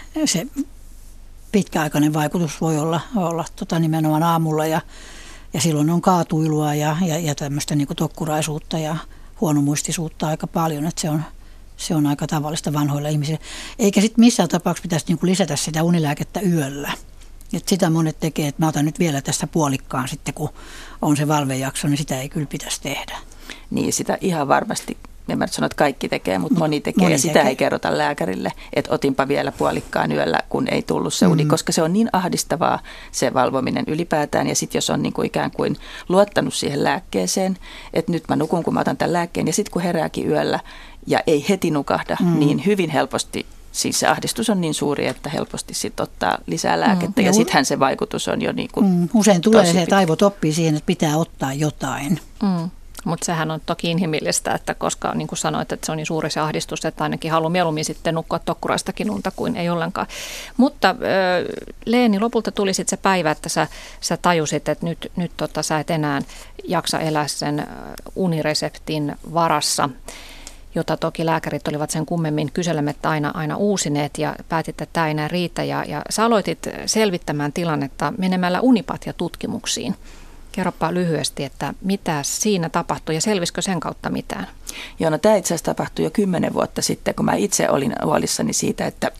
pitkäaikainen vaikutus voi olla nimenomaan aamulla ja silloin on kaatuilua ja tämmöistä niin kuin tokkuraisuutta ja huonomuistisuutta aika paljon, että se on aika tavallista vanhoilla ihmisillä. Eikä sitten missään tapauksessa pitäisi niin kuin lisätä sitä unilääkettä yöllä. Et sitä monet tekee, että mä otan nyt vielä tässä puolikkaan sitten, kun on se valvejakso, niin sitä ei kyllä pitäisi tehdä. Niin, sitä ihan varmasti, en mä nyt sano, että kaikki tekee, mutta moni tekee sitä ei kerrota lääkärille, että otinpa vielä puolikkaan yöllä, kun ei tullut se uni, koska se on niin ahdistavaa se valvominen ylipäätään. Ja sitten jos on niin kuin ikään kuin luottanut siihen lääkkeeseen, että nyt mä nukun, kun mä otan tämän lääkkeen, ja sitten kun herääkin yöllä ja ei heti nukahda, niin hyvin helposti. Siis se ahdistus on niin suuri, että helposti sitten ottaa lisää lääkettä ja sittenhän se vaikutus on jo niin kuin usein tulee se, että aivot oppii siihen, että pitää ottaa jotain. Mutta sehän on toki inhimillistä, että koska niin kuin sanoit, että se on niin suuri se ahdistus, että ainakin haluaa mieluummin sitten nukkua tokkuraistakin unta kuin ei ollenkaan. Mutta Leeni, lopulta tuli sitten se päivä, että sä tajusit, että nyt sä et enää jaksa elää sen unireseptin varassa, jota toki lääkärit olivat sen kummemmin kyselemättä aina uusineet ja päätit, että tämä ei enää riitä. Ja sä aloitit selvittämään tilannetta menemällä Unipatia-tutkimuksiin. Kerropa lyhyesti, että mitä siinä tapahtui ja selvisikö sen kautta mitään? Joo, no tämä itse asiassa tapahtui jo 10 vuotta sitten, kun mä itse olin huolissani siitä, että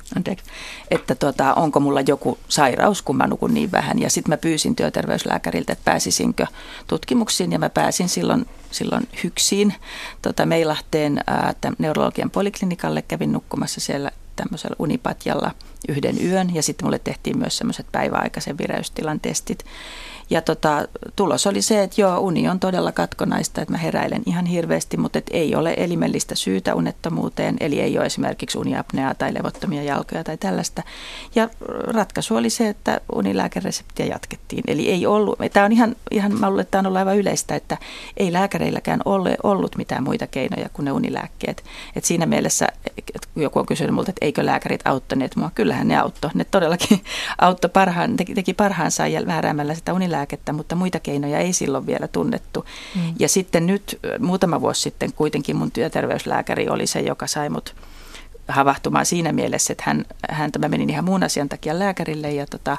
onko mulla joku sairaus, kun mä nukun niin vähän. Ja sitten mä pyysin työterveyslääkäriltä, että pääsisinkö tutkimuksiin ja mä pääsin silloin HYKSiin Meilahteen neurologian poliklinikalle. Kävin nukkumassa siellä tämmöisellä Unipatialla 1 yön ja sitten mulle tehtiin myös semmoiset päiväaikaisen vireystilan testit. Ja tulos oli se, että joo, uni on todella katkonaista, että mä heräilen ihan hirveästi, mutta et ei ole elimellistä syytä unettomuuteen, eli ei ole esimerkiksi uniapneaa tai levottomia jalkoja tai tällaista. Ja ratkaisu oli se, että unilääkereseptiä jatkettiin. Eli ei ollut, tämä on ihan mä luulen, että tämä on ollut aivan yleistä, että ei lääkäreilläkään ole ollut mitään muita keinoja kuin ne unilääkkeet. Et siinä mielessä joku on kysynyt multa, että eikö lääkärit auttaneet mua. Kyllähän ne auttoi. Ne todellakin auttoi teki parhaansa ja määräämällä sitä unilääkettä, mutta muita keinoja ei silloin vielä tunnettu. Ja sitten nyt muutama vuosi sitten kuitenkin mun työterveyslääkäri oli se, joka sai mut havahtumaan siinä mielessä, että mä menin ihan muun asian takia lääkärille ja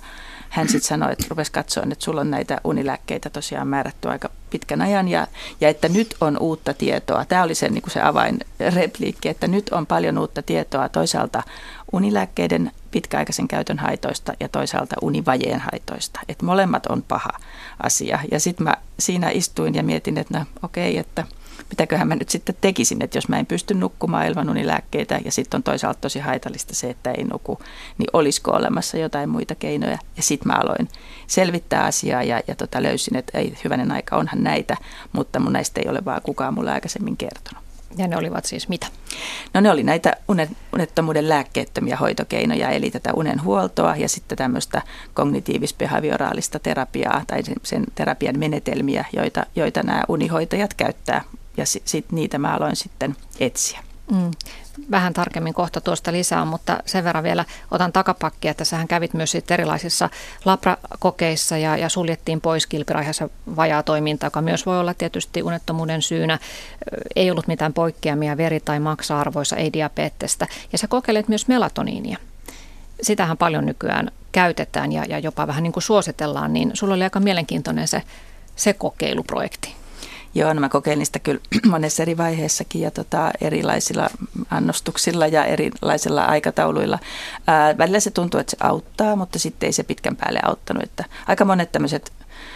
hän sitten sanoi, että rupesi katsoa, että sulla on näitä unilääkkeitä tosiaan määrätty aika pitkän ajan ja että nyt on uutta tietoa. Tämä oli se, niin kuin se avainrepliikki, että nyt on paljon uutta tietoa toisaalta unilääkkeiden pitkäaikaisen käytön haitoista ja toisaalta univajeen haitoista. Että molemmat on paha asia. Ja sitten mä siinä istuin ja mietin, että no okei, että mitäköhän mä nyt sitten tekisin, että jos mä en pysty nukkumaan ilman unilääkkeitä ja sitten on toisaalta tosi haitallista se, että ei nuku, niin olisiko olemassa jotain muita keinoja. Ja sitten mä aloin selvittää asiaa ja löysin, että ei hyvänen aika, onhan näitä, mutta mun näistä ei ole vaan kukaan mulle aikaisemmin kertonut. Ja ne olivat siis mitä? No ne oli näitä unettomuuden lääkkeettömiä hoitokeinoja, eli tätä unenhuoltoa ja sitten tämmöistä kognitiivis-behavioraalista terapiaa tai sen terapian menetelmiä, joita nämä unihoitajat käyttää. Ja sitten niitä mä aloin sitten etsiä. Vähän tarkemmin kohta tuosta lisää, mutta sen verran vielä otan takapakkia, että sähän kävit myös sitten erilaisissa labrakokeissa ja suljettiin pois kilpiraiheessa vajaatoiminta, joka myös voi olla tietysti unettomuuden syynä. Ei ollut mitään poikkeamia veri- tai maksa-arvoissa, ei diabeettista. Ja sä kokeilet myös melatoniinia. Sitähän paljon nykyään käytetään ja jopa vähän niin kuin suositellaan, niin sulla oli aika mielenkiintoinen se kokeiluprojekti. Joo, no mä kokeilin sitä kyllä monessa eri vaiheessakin ja erilaisilla annostuksilla ja erilaisilla aikatauluilla. Välillä se tuntuu, että se auttaa, mutta sitten ei se pitkän päälle auttanut. Että aika monet tämmöiset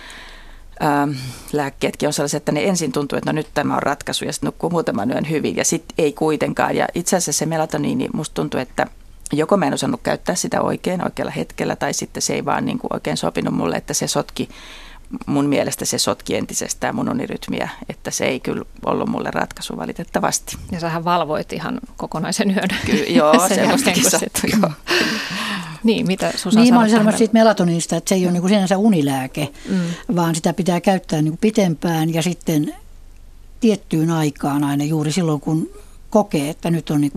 lääkkeetkin on sellaisia, että ne ensin tuntuu, että no nyt tämä on ratkaisu ja sitten nukkuu muutaman yön hyvin ja sitten ei kuitenkaan. Ja itse asiassa se melatoniini musta tuntuu, että joko mä en osannut käyttää sitä oikealla hetkellä tai sitten se ei vaan niin kuin oikein sopinut mulle, että se sotki. Mun mielestä se sotki entisestään mun unirytmiä, että se ei kyllä ollut mulle ratkaisu valitettavasti. Ja sähän valvoit ihan kokonaisen yön. Joo, semmoistakin sattui, joo. Niin, mitä Susa niin, mä olin sanomassa siitä melatoniinista, että se ei ole niin sinänsä unilääke, vaan sitä pitää käyttää niin pitempään ja sitten tiettyyn aikaan aina juuri silloin, kun kokee, että nyt on niin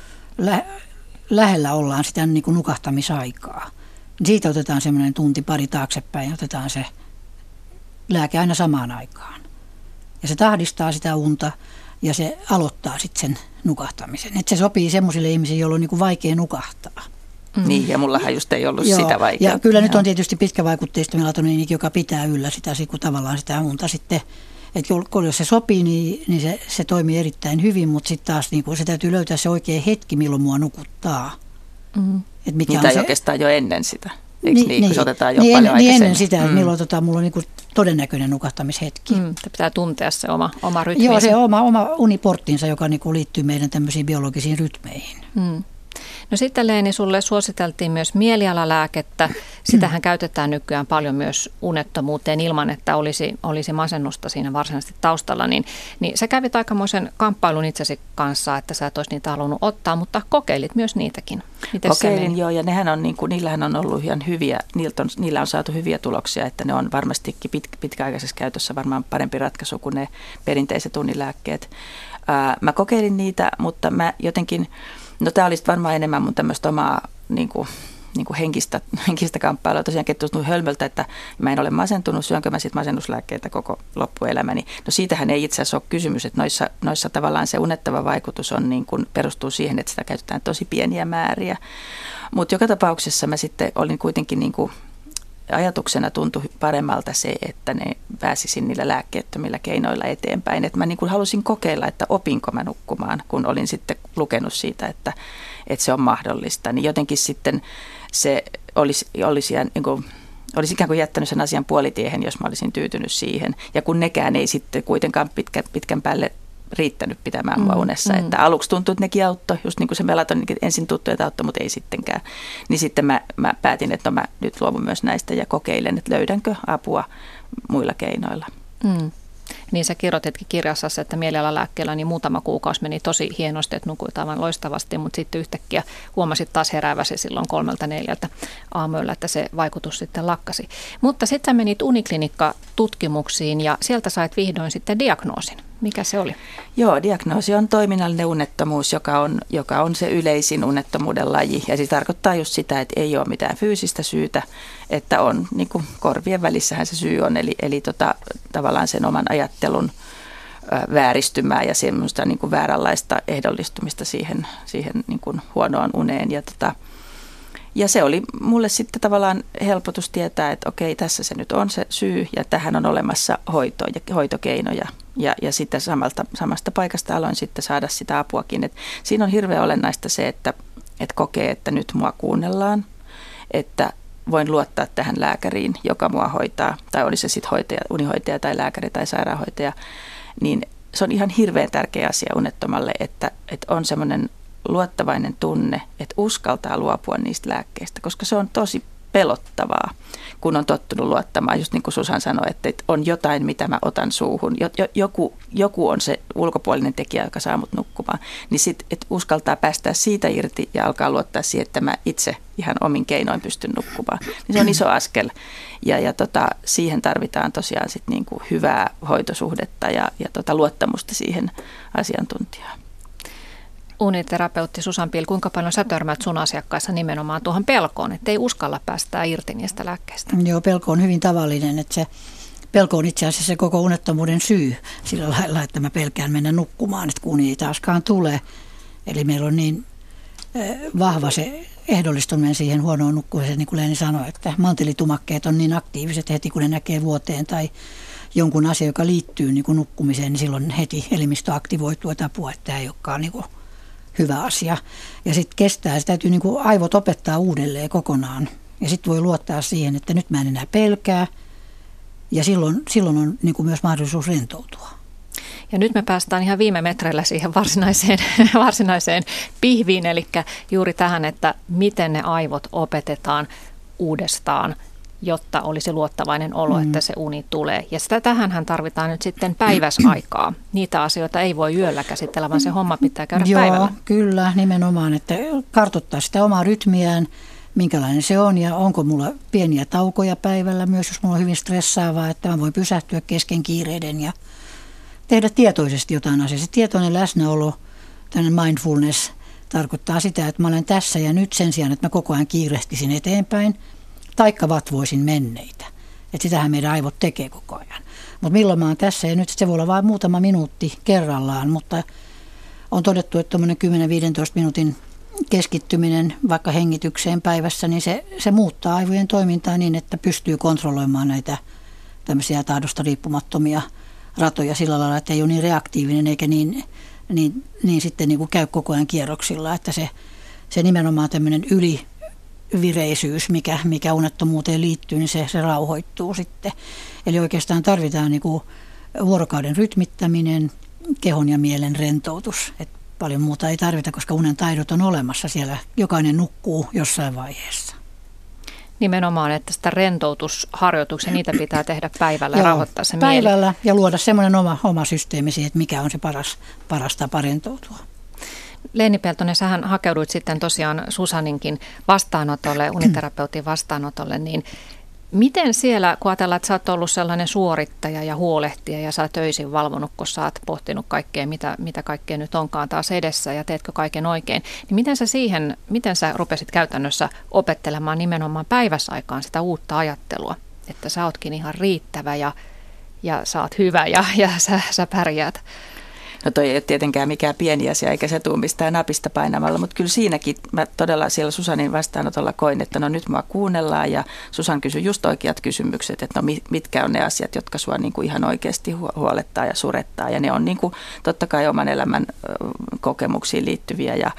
lähellä ollaan sitä niin nukahtamisaikaa. Siitä otetaan semmoinen tunti pari taaksepäin ja otetaan se lääke aina samaan aikaan. Ja se tahdistaa sitä unta ja se aloittaa sitten sen nukahtamisen. Että se sopii semmoisille ihmisille, joilla on niin kuin vaikea nukahtaa. Niin, ja mullahan just ei ollut sitä vaikeaa. Ja kyllä nyt on tietysti pitkävaikutteista melatoniini, joka pitää yllä sitä, kun tavallaan sitä unta sitten. Että jos se sopii, niin se toimii erittäin hyvin, mutta sitten taas niin se täytyy löytää se oikea hetki, milloin mua nukuttaa. Mitä ei oikeastaan jo ennen sitä. Eikö niin, kun se otetaan jo paljon aikaisemmin? Niin ennen sitä, että milloin mulla on niin todennäköinen nukahtamishetki. Pitää tuntea se oma rytmi. Joo, se oma uniporttinsa, joka niin liittyy meidän tämmöisiin biologisiin rytmeihin. No sitten Leeni, sulle suositeltiin myös mielialalääkettä. Sitähän käytetään nykyään paljon myös unettomuuteen ilman, että olisi masennusta siinä varsinaisesti taustalla. Niin sä kävit aikamoisen kamppailun itsesi kanssa, että sä et olisi niitä halunnut ottaa, mutta kokeilit myös niitäkin. Kokeilin joo, ja nehän on, niillähän on ollut ihan hyviä, niillä on saatu hyviä tuloksia, että ne on varmastikin pitkäaikaisessa käytössä varmaan parempi ratkaisu kuin ne perinteiset unilääkkeet. Mä kokeilin niitä, mutta mä jotenkin... No tämä olisi varmaan enemmän mun tämmöistä omaa niin kuin henkistä kamppailua. Tosiaankin tuntuu hölmöltä, että mä en ole masentunut, syönkö mä sitten masennuslääkkeitä koko loppuelämäni. No siitähän ei itse asiassa ole kysymys, että noissa tavallaan se unettava vaikutus on niin kuin, perustuu siihen, että sitä käytetään tosi pieniä määriä. Mutta joka tapauksessa mä sitten olin kuitenkin niin kuin, ajatuksena tuntui paremmalta se, että ne pääsisin niillä lääkkeettömillä keinoilla eteenpäin. Että mä niin kuin halusin kokeilla, että opinko mä nukkumaan, kun olin sitten lukenut siitä, että se on mahdollista. Niin jotenkin sitten se olisi ikään kuin jättänyt sen asian puolitiehen, jos mä olisin tyytynyt siihen. Ja kun nekään ei sitten kuitenkaan pitkän päälle riittänyt pitämään mua unessa. Että aluksi tuntui, että nekin auttoi, just niin kuin se melatoniini ensin tuntui, että auttoi, mutta ei sittenkään. Niin sitten mä päätin, että mä nyt luovun myös näistä ja kokeilen, että löydänkö apua muilla keinoilla. Niin sä kirjoititkin kirjassasi, että mielialalääkkeellä niin muutama kuukausi meni tosi hienosti, että nukuit aivan loistavasti, mutta sitten yhtäkkiä huomasit taas herääväsi silloin 3-4 aamuyöllä, että se vaikutus sitten lakkasi. Mutta sitten menit Uniklinikka-tutkimuksiin ja sieltä sait vihdoin sitten diagnoosin. Mikä se oli? Joo, diagnoosi on toiminnallinen unettomuus, joka on se yleisin unettomuuden laji. Ja se tarkoittaa just sitä, että ei ole mitään fyysistä syytä, että on niin kuin korvien välissähän se syy on. Eli tavallaan sen oman ajattelun vääristymää ja semmoista niin kuin vääränlaista ehdollistumista siihen niin kuin huonoon uneen. Ja se oli mulle sitten tavallaan helpotus tietää, että okei, tässä se nyt on se syy ja tähän on olemassa hoitokeinoja. Ja sitten samasta paikasta aloin sitten saada sitä apuakin. Et siinä on hirveän olennaista se, että kokee, että nyt mua kuunnellaan, että voin luottaa tähän lääkäriin, joka mua hoitaa, tai oli se sitten unihoitaja tai lääkäri tai sairaanhoitaja, niin se on ihan hirveän tärkeä asia unettomalle, että on semmoinen luottavainen tunne, että uskaltaa luopua niistä lääkkeistä, koska se on tosi pelottavaa, kun on tottunut luottamaan, just niin kuin Susan sanoi, että on jotain, mitä mä otan suuhun. Joku on se ulkopuolinen tekijä, joka saa mut nukkumaan. Niin sitten, että uskaltaa päästää siitä irti ja alkaa luottaa siihen, että mä itse ihan omin keinoin pystyn nukkumaan. Niin se on iso askel. Ja siihen tarvitaan tosiaan sit niinku hyvää hoitosuhdetta ja luottamusta siihen asiantuntijaan. Uniterapeutti Susan Pihl, kuinka paljon sä törmät sun asiakkaissa nimenomaan tuohon pelkoon, että ei uskalla päästää irti niistä lääkkeistä? Joo, pelko on hyvin tavallinen, että se pelko on itse asiassa se koko unettomuuden syy sillä lailla, että mä pelkään mennä nukkumaan, että kun ei taaskaan tule. Eli meillä on niin vahva se ehdollistuminen siihen huonoon nukkumiseen, niin kuin Leeni sanoi, että mantelitumakkeet on niin aktiiviset heti, kun ne näkee vuoteen tai jonkun asian, joka liittyy niin kuin nukkumiseen, niin silloin heti elimistö aktivoituu, että apua, että tämä ei olekaan niin kuin hyvä asia. Ja sitten kestää, se täytyy niin kuin aivot opettaa uudelleen kokonaan. Ja sitten voi luottaa siihen, että nyt mä en enää pelkää. Ja silloin on niin kuin myös mahdollisuus rentoutua. Ja nyt me päästään ihan viime metreillä siihen varsinaiseen pihviin, eli juuri tähän, että miten ne aivot opetetaan uudestaan, jotta olisi luottavainen olo, että se uni tulee. Ja tähänhän tarvitaan nyt sitten päiväsaikaa. Niitä asioita ei voi yöllä käsitellä, vaan se homma pitää käydä päivällä. Joo, kyllä, nimenomaan, että kartoittaa sitä omaa rytmiään, minkälainen se on ja onko mulla pieniä taukoja päivällä myös, jos mulla on hyvin stressaavaa, että mä voin pysähtyä kesken kiireiden ja tehdä tietoisesti jotain asiaa. Se tietoinen läsnäolo, tämmöinen mindfulness, tarkoittaa sitä, että mä olen tässä ja nyt sen sijaan, että mä koko ajan kiirehtisin eteenpäin, taikka vatvoisin menneitä. Että sitähän meidän aivot tekee koko ajan. Mutta milloin mä oon tässä ja nyt se voi olla vain muutama minuutti kerrallaan, mutta on todettu, että tuommoinen 10-15 minuutin keskittyminen vaikka hengitykseen päivässä, niin se muuttaa aivojen toimintaa niin, että pystyy kontrolloimaan näitä tämmöisiä tahdosta riippumattomia ratoja sillä lailla, että ei ole niin reaktiivinen eikä niin sitten niin kuin käy koko ajan kierroksilla, että se nimenomaan tämmöinen ylivireisyys, mikä unettomuuteen liittyy, niin se rauhoittuu sitten. Eli oikeastaan tarvitaan niin kuin vuorokauden rytmittäminen, kehon ja mielen rentoutus. Et paljon muuta ei tarvita, koska unen taidot on olemassa siellä. Jokainen nukkuu jossain vaiheessa. Nimenomaan, että sitä rentoutusharjoituksia, niitä pitää tehdä päivällä ja rauhoittaa se mieli. Päivällä ja luoda semmoinen oma systeemi siihen, että mikä on se paras tapa rentoutua. Leeni Peltonen, sähän hakeuduit sitten tosiaan Susaninkin vastaanotolle, uniterapeutin vastaanotolle, niin miten siellä, kun ajatellaan, että sä oot ollut sellainen suorittaja ja huolehtija ja sä oot öisin valvonut, kun sä oot pohtinut kaikkea, mitä kaikkea nyt onkaan taas edessä ja teetkö kaiken oikein, niin miten sä rupesit käytännössä opettelemaan nimenomaan päiväsaikaan sitä uutta ajattelua, että sä ootkin ihan riittävä ja sä oot hyvä ja sä pärjäät? No toi ei ole tietenkään mikään pieni asia, eikä se tule mistään napista painamalla, mutta kyllä siinäkin mä todella siellä Susanin vastaanotolla koin, että no nyt mua kuunnellaan ja Susan kysyi just oikeat kysymykset, että no mitkä on ne asiat, jotka sua niin kuin ihan oikeasti huolettaa ja surettaa ja ne on niin kuin totta kai oman elämän kokemuksiin liittyviä ja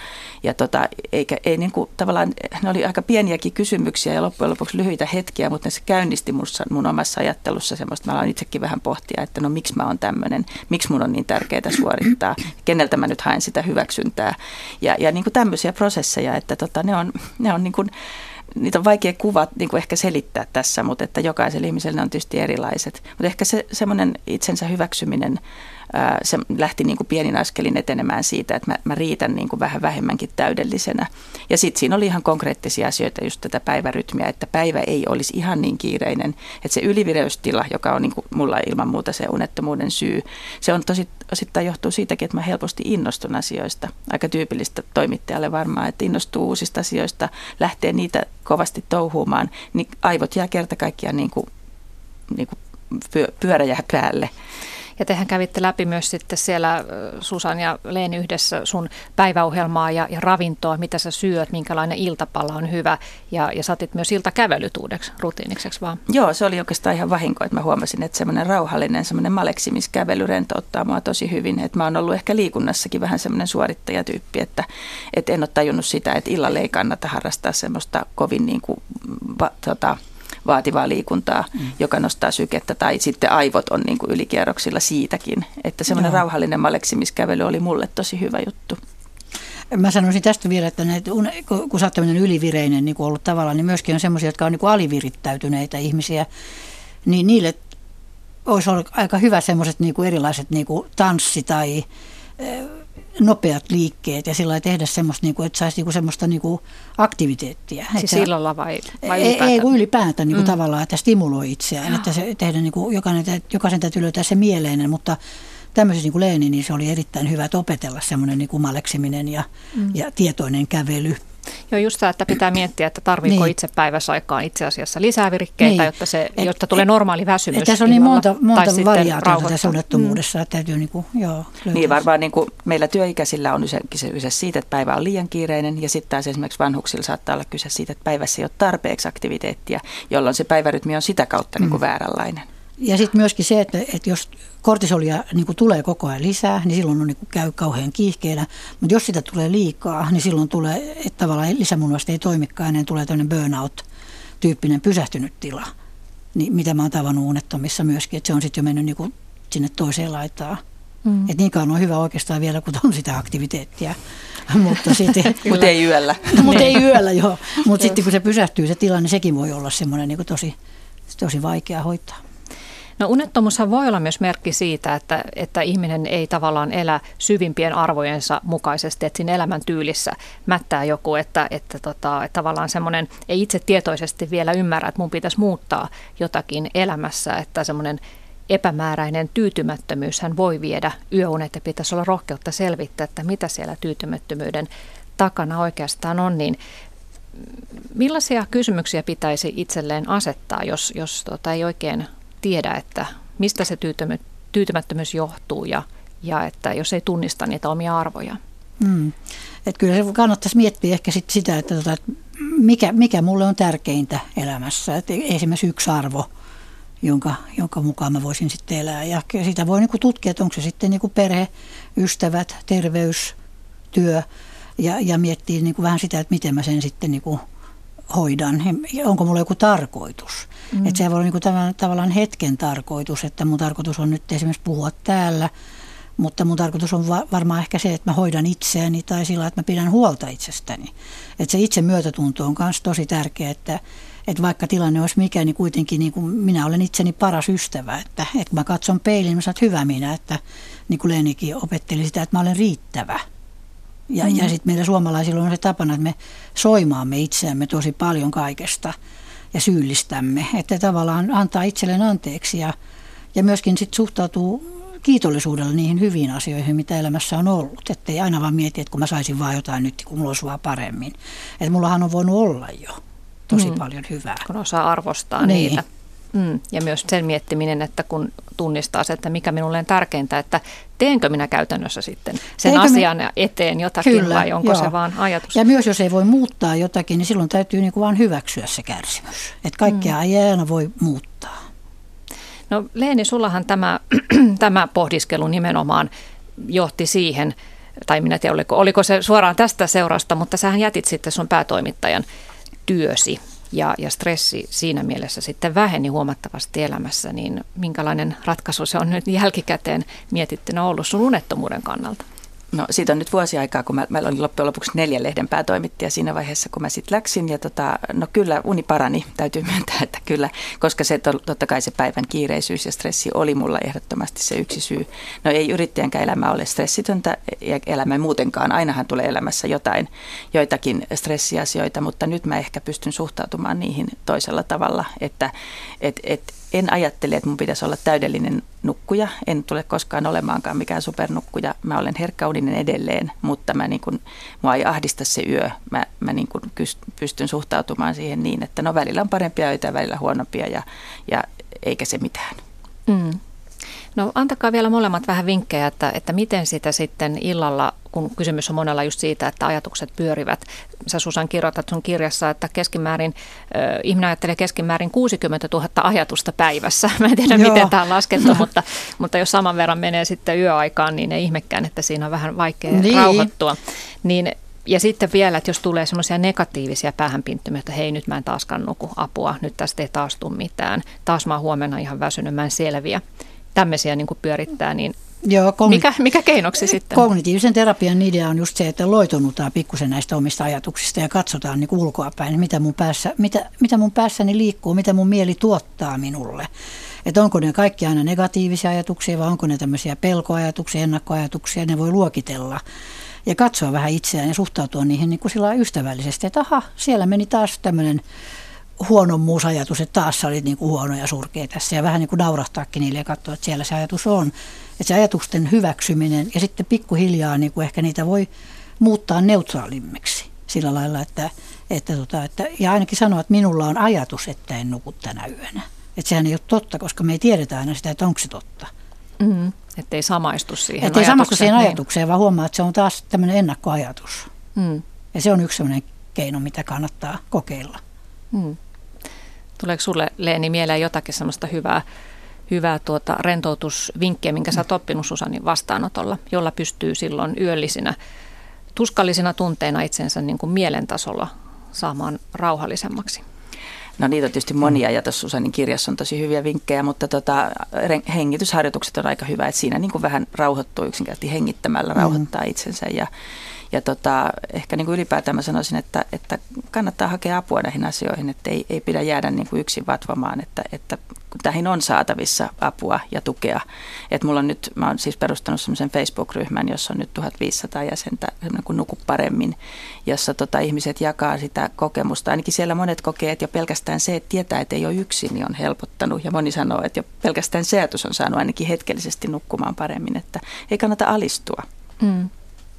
ei niin kuin tavallaan, ne oli aika pieniäkin kysymyksiä ja loppujen lopuksi lyhyitä hetkiä, mutta se käynnisti mun omassa ajattelussa semmoista, mä aloin itsekin vähän pohtia, että no miksi mä oon tämmöinen, miksi mun on niin tärkeää suorittaa, keneltä mä nyt haen sitä hyväksyntää ja niin kuin tämmöisiä prosesseja, että ne on niin kuin, niitä on vaikea kuvat niin kuin ehkä selittää tässä, mutta että jokaisella ihmisellä ne on tietysti erilaiset, mutta ehkä se semmoinen itsensä hyväksyminen, se lähti niin kuin pienin askelin etenemään siitä, että mä riitän niin kuin vähän vähemmänkin täydellisenä. Ja sitten siinä oli ihan konkreettisia asioita, just tätä päivärytmiä, että päivä ei olisi ihan niin kiireinen. Että se ylivireystila, joka on niin kuin mulla ilman muuta se unettomuuden syy, se on osittain johtuu siitäkin, että mä helposti innostun asioista. Aika tyypillistä toimittajalle varmaan, että innostuu uusista asioista, lähtee niitä kovasti touhuumaan, niin aivot jää kerta kaikkiaan niin kuin pyöräjää päälle. Ja tehän kävitte läpi myös sitten siellä Susan ja Leeni yhdessä sun päiväohjelmaa ja ravintoa, mitä sä syöt, minkälainen iltapala on hyvä. Ja sä otit myös iltakävelyt uudeksi rutiinikseksi vaan. Joo, se oli oikeastaan ihan vahinko, että mä huomasin, että semmoinen rauhallinen, semmoinen maleksimiskävely rentouttaa mua tosi hyvin. Että mä oon ollut ehkä liikunnassakin vähän semmoinen suorittajatyyppi, että en ole tajunnut sitä, että illalla ei kannata harrastaa semmoista kovin niin kuin, vaativaa liikuntaa, joka nostaa sykettä, tai sitten aivot on niin kuin ylikierroksilla siitäkin. Että semmoinen rauhallinen maleksimiskävely oli mulle tosi hyvä juttu. Mä sanoisin tästä vielä, että kun sä oot tämmöinen ylivireinen niin kuin ollut tavallaan, niin myöskin on semmoisia, jotka on niin kuin alivirittäytyneitä ihmisiä, niin niille olisi ollut aika hyvä semmoiset niin kuin erilaiset niin kuin tanssi tai nopeat liikkeet ja sillä lailla tehdä semmoista, niin kuin, että saisi niin kuin semmoista niin kuin aktiviteettia. Siis illalla vai ylipäätään? Ei ylipäätään niin kuin tavallaan, että stimuloi itseään, että se tehdä niin kuin, jokaisen täytyy löytää se mieleinen, mutta tämmöisessä niin kuin Leeni, niin se oli erittäin hyvä, että opetella semmoinen niin kuin maleksiminen ja tietoinen kävely. Joo, just tämä, että pitää miettiä, että tarviiko itse päiväsaikaan itse asiassa lisää virikkeitä, jotta tulee normaali väsymys. Tässä on niin monta variaatiota tässä unettomuudessa, että täytyy löytää. Niin varmaan niin kuin meillä työikäisillä on kyse siitä, että päivä on liian kiireinen, ja sitten taas esimerkiksi vanhuksilla saattaa olla kyse siitä, että päivässä ei ole tarpeeksi aktiviteettia, jolloin se päivärytmi on sitä kautta niin kuin vääränlainen. Ja sitten myöskin se, että jos kortisolia niin kuin tulee koko ajan lisää, niin silloin on, niin kuin käy kauhean kiihkeänä. Mutta jos sitä tulee liikaa, niin silloin tulee, että tavallaan lisämunvasta ei toimikaan, niin tulee tämmöinen burnout-tyyppinen pysähtynyt tila. Niin, mitä mä oon tavannut unettomissa myöskin, että se on sitten jo mennyt niin kuin sinne toiseen laitaan. Että niinkaan on hyvä oikeastaan vielä, kun on sitä aktiviteettia. Mutta ei yöllä. Mutta ei yöllä, joo. Mutta sitten kun se pysähtyy se tila, niin sekin voi olla semmoinen niin kuin tosi vaikea hoitaa. No unettomuushan voi olla myös merkki siitä, että ihminen ei tavallaan elä syvimpien arvojensa mukaisesti, että siinä elämäntyylissä mättää joku, että tavallaan semmoinen ei itse tietoisesti vielä ymmärrä, että mun pitäisi muuttaa jotakin elämässä, että semmoinen epämääräinen tyytymättömyyshän voi viedä yöunet ja pitäisi olla rohkeutta selvittää, että mitä siellä tyytymättömyyden takana oikeastaan on, niin millaisia kysymyksiä pitäisi itselleen asettaa, jos ei oikein tiedä, että mistä se tyytymättömyys johtuu ja että jos ei tunnista niitä omia arvoja. Että kyllä se kannattaisi miettiä ehkä sitä, että mikä mulle on tärkeintä elämässä. Että esimerkiksi yksi arvo, jonka mukaan mä voisin sitten elää. Ja sitä voi niinku tutkia, että onko se sitten niinku perhe, ystävät, terveys, työ ja miettiä niinku vähän sitä, että miten mä sen sitten niinku hoidan. Onko mulla joku tarkoitus? Että se voi olla niinku tavallaan hetken tarkoitus, että mun tarkoitus on nyt esimerkiksi puhua täällä, mutta mun tarkoitus on varmaan ehkä se, että mä hoidan itseäni tai sillä, että mä pidän huolta itsestäni. Että se itse myötätunto on myös tosi tärkeä, että vaikka tilanne olisi mikä, niin kuitenkin niin kuin minä olen itseni paras ystävä. Että kun mä katson peiliin, mä saat hyvä minä, että niin kuin Leenikin opetteli sitä, että mä olen riittävä. Ja sitten meillä suomalaisilla on se tapana, että me soimaamme itseämme tosi paljon kaikesta ja syyllistämme. Että tavallaan antaa itselleen anteeksi ja myöskin sitten suhtautuu kiitollisuudella niihin hyviin asioihin, mitä elämässä on ollut. Että ei aina vaan mieti, että kun mä saisin vaan jotain nyt, kun mulla olisi vaan paremmin. Että mullahan on voinut olla jo tosi paljon hyvää. Kun osaa arvostaa niitä. Ja myös sen miettiminen, että kun tunnistaa se, että mikä minulle on tärkeintä, että teenkö minä käytännössä sitten sen asian eteen jotakin vai onko se vaan ajatus. Ja myös jos ei voi muuttaa jotakin, niin silloin täytyy niin kuin vaan hyväksyä se kärsimys. Että kaikkea ei aina voi muuttaa. No Leeni, sullahan tämä pohdiskelu nimenomaan johti siihen, tai minä en tiedä oliko se suoraan tästä seurasta, mutta sähän jätit sitten sun päätoimittajan työsi ja stressi siinä mielessä sitten väheni huomattavasti elämässä, niin minkälainen ratkaisu se on nyt jälkikäteen mietittynä ollut sun unettomuuden kannalta? No siitä on nyt vuosi aikaa, kun mä olin loppujen lopuksi 4 lehden päätoimittaja siinä vaiheessa, kun mä sitten läksin. Ja no kyllä uni parani, täytyy myöntää, että kyllä, koska se totta kai se päivän kiireisyys ja stressi oli mulla ehdottomasti se yksi syy. No ei yrittäjänkään elämä ole stressitöntä ja elämä muutenkaan. Ainahan tulee elämässä joitakin stressiasioita, mutta nyt mä ehkä pystyn suhtautumaan niihin toisella tavalla, että en ajattele, että mun pitäisi olla täydellinen nukkuja. En tule koskaan olemaankaan mikään supernukkuja. Mä olen herkkäuninen edelleen, mutta mua ei ahdista se yö. Mä niin kuin pystyn suhtautumaan siihen niin, että no välillä on parempia öitä ja välillä huonompia ja eikä se mitään. No antakaa vielä molemmat vähän vinkkejä, että miten sitä sitten illalla, kun kysymys on monella just siitä, että ajatukset pyörivät. Sä Susan kirjoitat sun kirjassa, että ihminen ajattelee keskimäärin 60 000 ajatusta päivässä. Mä en tiedä, miten tämä on laskettu, mutta jos saman verran menee sitten yöaikaan, niin ei ihmekään, että siinä on vähän vaikea rauhoittua. Ja sitten vielä, että jos tulee semmoisia negatiivisia päähänpinttymiä, että hei, nyt mä en taaskaan nuku, apua, nyt tästä ei taas tule mitään. Taas mä oon huomenna ihan väsynyt, mä en selviä. Tämmöisiä niin kuin pyörittää, niin joo, mikä keinoksi sitten? Kognitiivisen terapian idea on just se, että loitonnutaan pikkusen näistä omista ajatuksista ja katsotaan niin kuin ulkoapäin, mitä mun päässäni liikkuu, mitä mun mieli tuottaa minulle. Että onko ne kaikki aina negatiivisia ajatuksia vai onko ne tämmöisiä pelkoajatuksia, ennakkoajatuksia, ne voi luokitella. Ja katsoa vähän itseään ja suhtautua niihin niin kuin sillä ystävällisesti, että aha, siellä meni taas tämmöinen huonommuusajatus, että taas sä olit niin kuin huono ja surkea tässä. Ja vähän niin kuin naurahtaakin niille ja katsoa, että siellä se ajatus on. Että se ajatusten hyväksyminen ja sitten pikkuhiljaa niin kuin ehkä niitä voi muuttaa neutraalimmiksi sillä lailla, että ja ainakin sanoa, että minulla on ajatus, että en nuku tänä yönä. Että sehän ei ole totta, koska me ei tiedetä aina sitä, että onko se totta. Mm-hmm. Että ei samaistu siihen ajatukseen. Että ei samaistu siihen ajatukseen, vaan huomaa, että se on taas tämmöinen ennakkoajatus. Mm. Ja se on yksi sellainen keino, mitä kannattaa kokeilla. Mm. Tuleeko sulle, Leeni, mieleen jotakin semmoista hyvää rentoutusvinkkiä, minkä sä oot oppinut Susanin vastaanotolla, jolla pystyy silloin yöllisinä, tuskallisina tunteina itsensä niin kuin mielentasolla saamaan rauhallisemmaksi? No niitä on tietysti monia ja tuossa Susanin kirjassa on tosi hyviä vinkkejä, mutta hengitysharjoitukset on aika hyvä, että siinä niin kuin vähän rauhoittuu yksinkertaisesti hengittämällä, rauhoittaa itsensä ja ehkä niin kuin ylipäätään mä sanoisin, että kannattaa hakea apua näihin asioihin, että ei pidä jäädä niin kuin yksin vatvomaan, että tähän on saatavissa apua ja tukea. Että mä oon siis perustanut semmoisen Facebook-ryhmän, jossa on nyt 1500 jäsentä, semmoinen kuin Nuku paremmin, jossa ihmiset jakaa sitä kokemusta. Ainakin siellä monet kokee, että jo pelkästään se, että tietää, että ei ole yksin, niin on helpottanut. Ja moni sanoo, että jo pelkästään se ajatus on saanut ainakin hetkellisesti nukkumaan paremmin, että ei kannata alistua. Mm.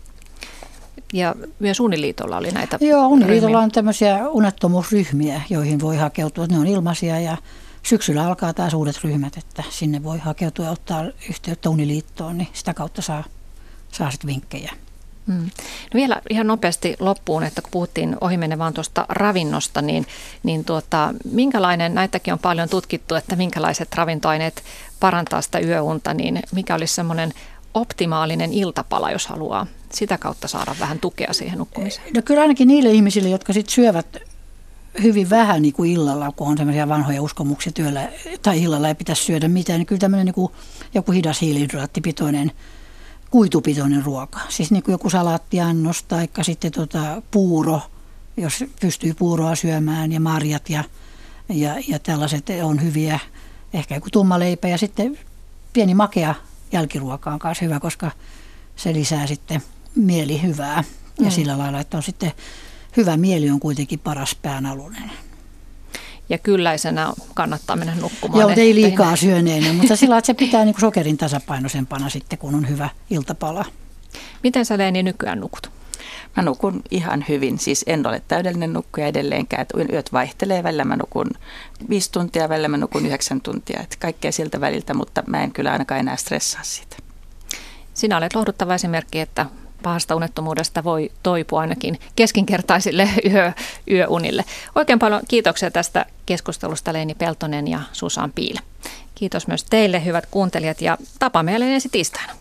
Ja myös Uniliitolla oli näitä Joo, Uniliitolla on tämmöisiä unettomuusryhmiä, joihin voi hakeutua. Ne on ilmaisia ja syksyllä alkaa taas uudet ryhmät, että sinne voi hakeutua ja ottaa yhteyttä Uniliittoon, niin sitä kautta saa sitten vinkkejä. No vielä ihan nopeasti loppuun, että kun puhuttiin ohimennen vaan tuosta ravinnosta, niin minkälainen, näitäkin on paljon tutkittu, että minkälaiset ravintoaineet parantaa sitä yöunta, niin mikä olisi semmoinen optimaalinen iltapala, jos haluaa sitä kautta saada vähän tukea siihen nukkumiseen? No kyllä ainakin niille ihmisille, jotka sitten syövät hyvin vähän niin kuin illalla, kun on sellaisia vanhoja uskomuksia työllä, tai illalla ei pitäisi syödä mitään, niin kyllä tämmöinen niin kuin joku hidas hiilihydraattipitoinen, kuitupitoinen ruoka. Siis niin kuin joku salaattiannos tai sitten puuro, jos pystyy puuroa syömään ja marjat ja tällaiset on hyviä. Ehkä joku tumma leipä ja sitten pieni makea jälkiruoka on myös hyvä, koska se lisää sitten mielihyvää ja sillä lailla, että on sitten hyvä mieli on kuitenkin paras päänalunen. Ja kylläisenä kannattaa mennä nukkumaan. Joo, ei liikaa syöneenä, mutta sillä että se pitää niin kuin sokerin tasapainoisempana sitten, kun on hyvä iltapala. Miten sä, Leeni, nykyään nukut? Mä nukun ihan hyvin, siis en ole täydellinen nukkuja edelleenkään, että yöt vaihtelee, välillä mä nukun 5 tuntia, välillä mä nukun 9 tuntia, että kaikkea siltä väliltä, mutta mä en kyllä ainakaan enää stressaa siitä. Sinä olet lohduttava esimerkki, että pahasta unettomuudesta voi toipua ainakin keskinkertaisille yöunille. Oikein paljon kiitoksia tästä keskustelusta, Leeni Peltonen ja Susan Piilä. Kiitos myös teille, hyvät kuuntelijat, ja tapaamme jälleen ensi tiistaina.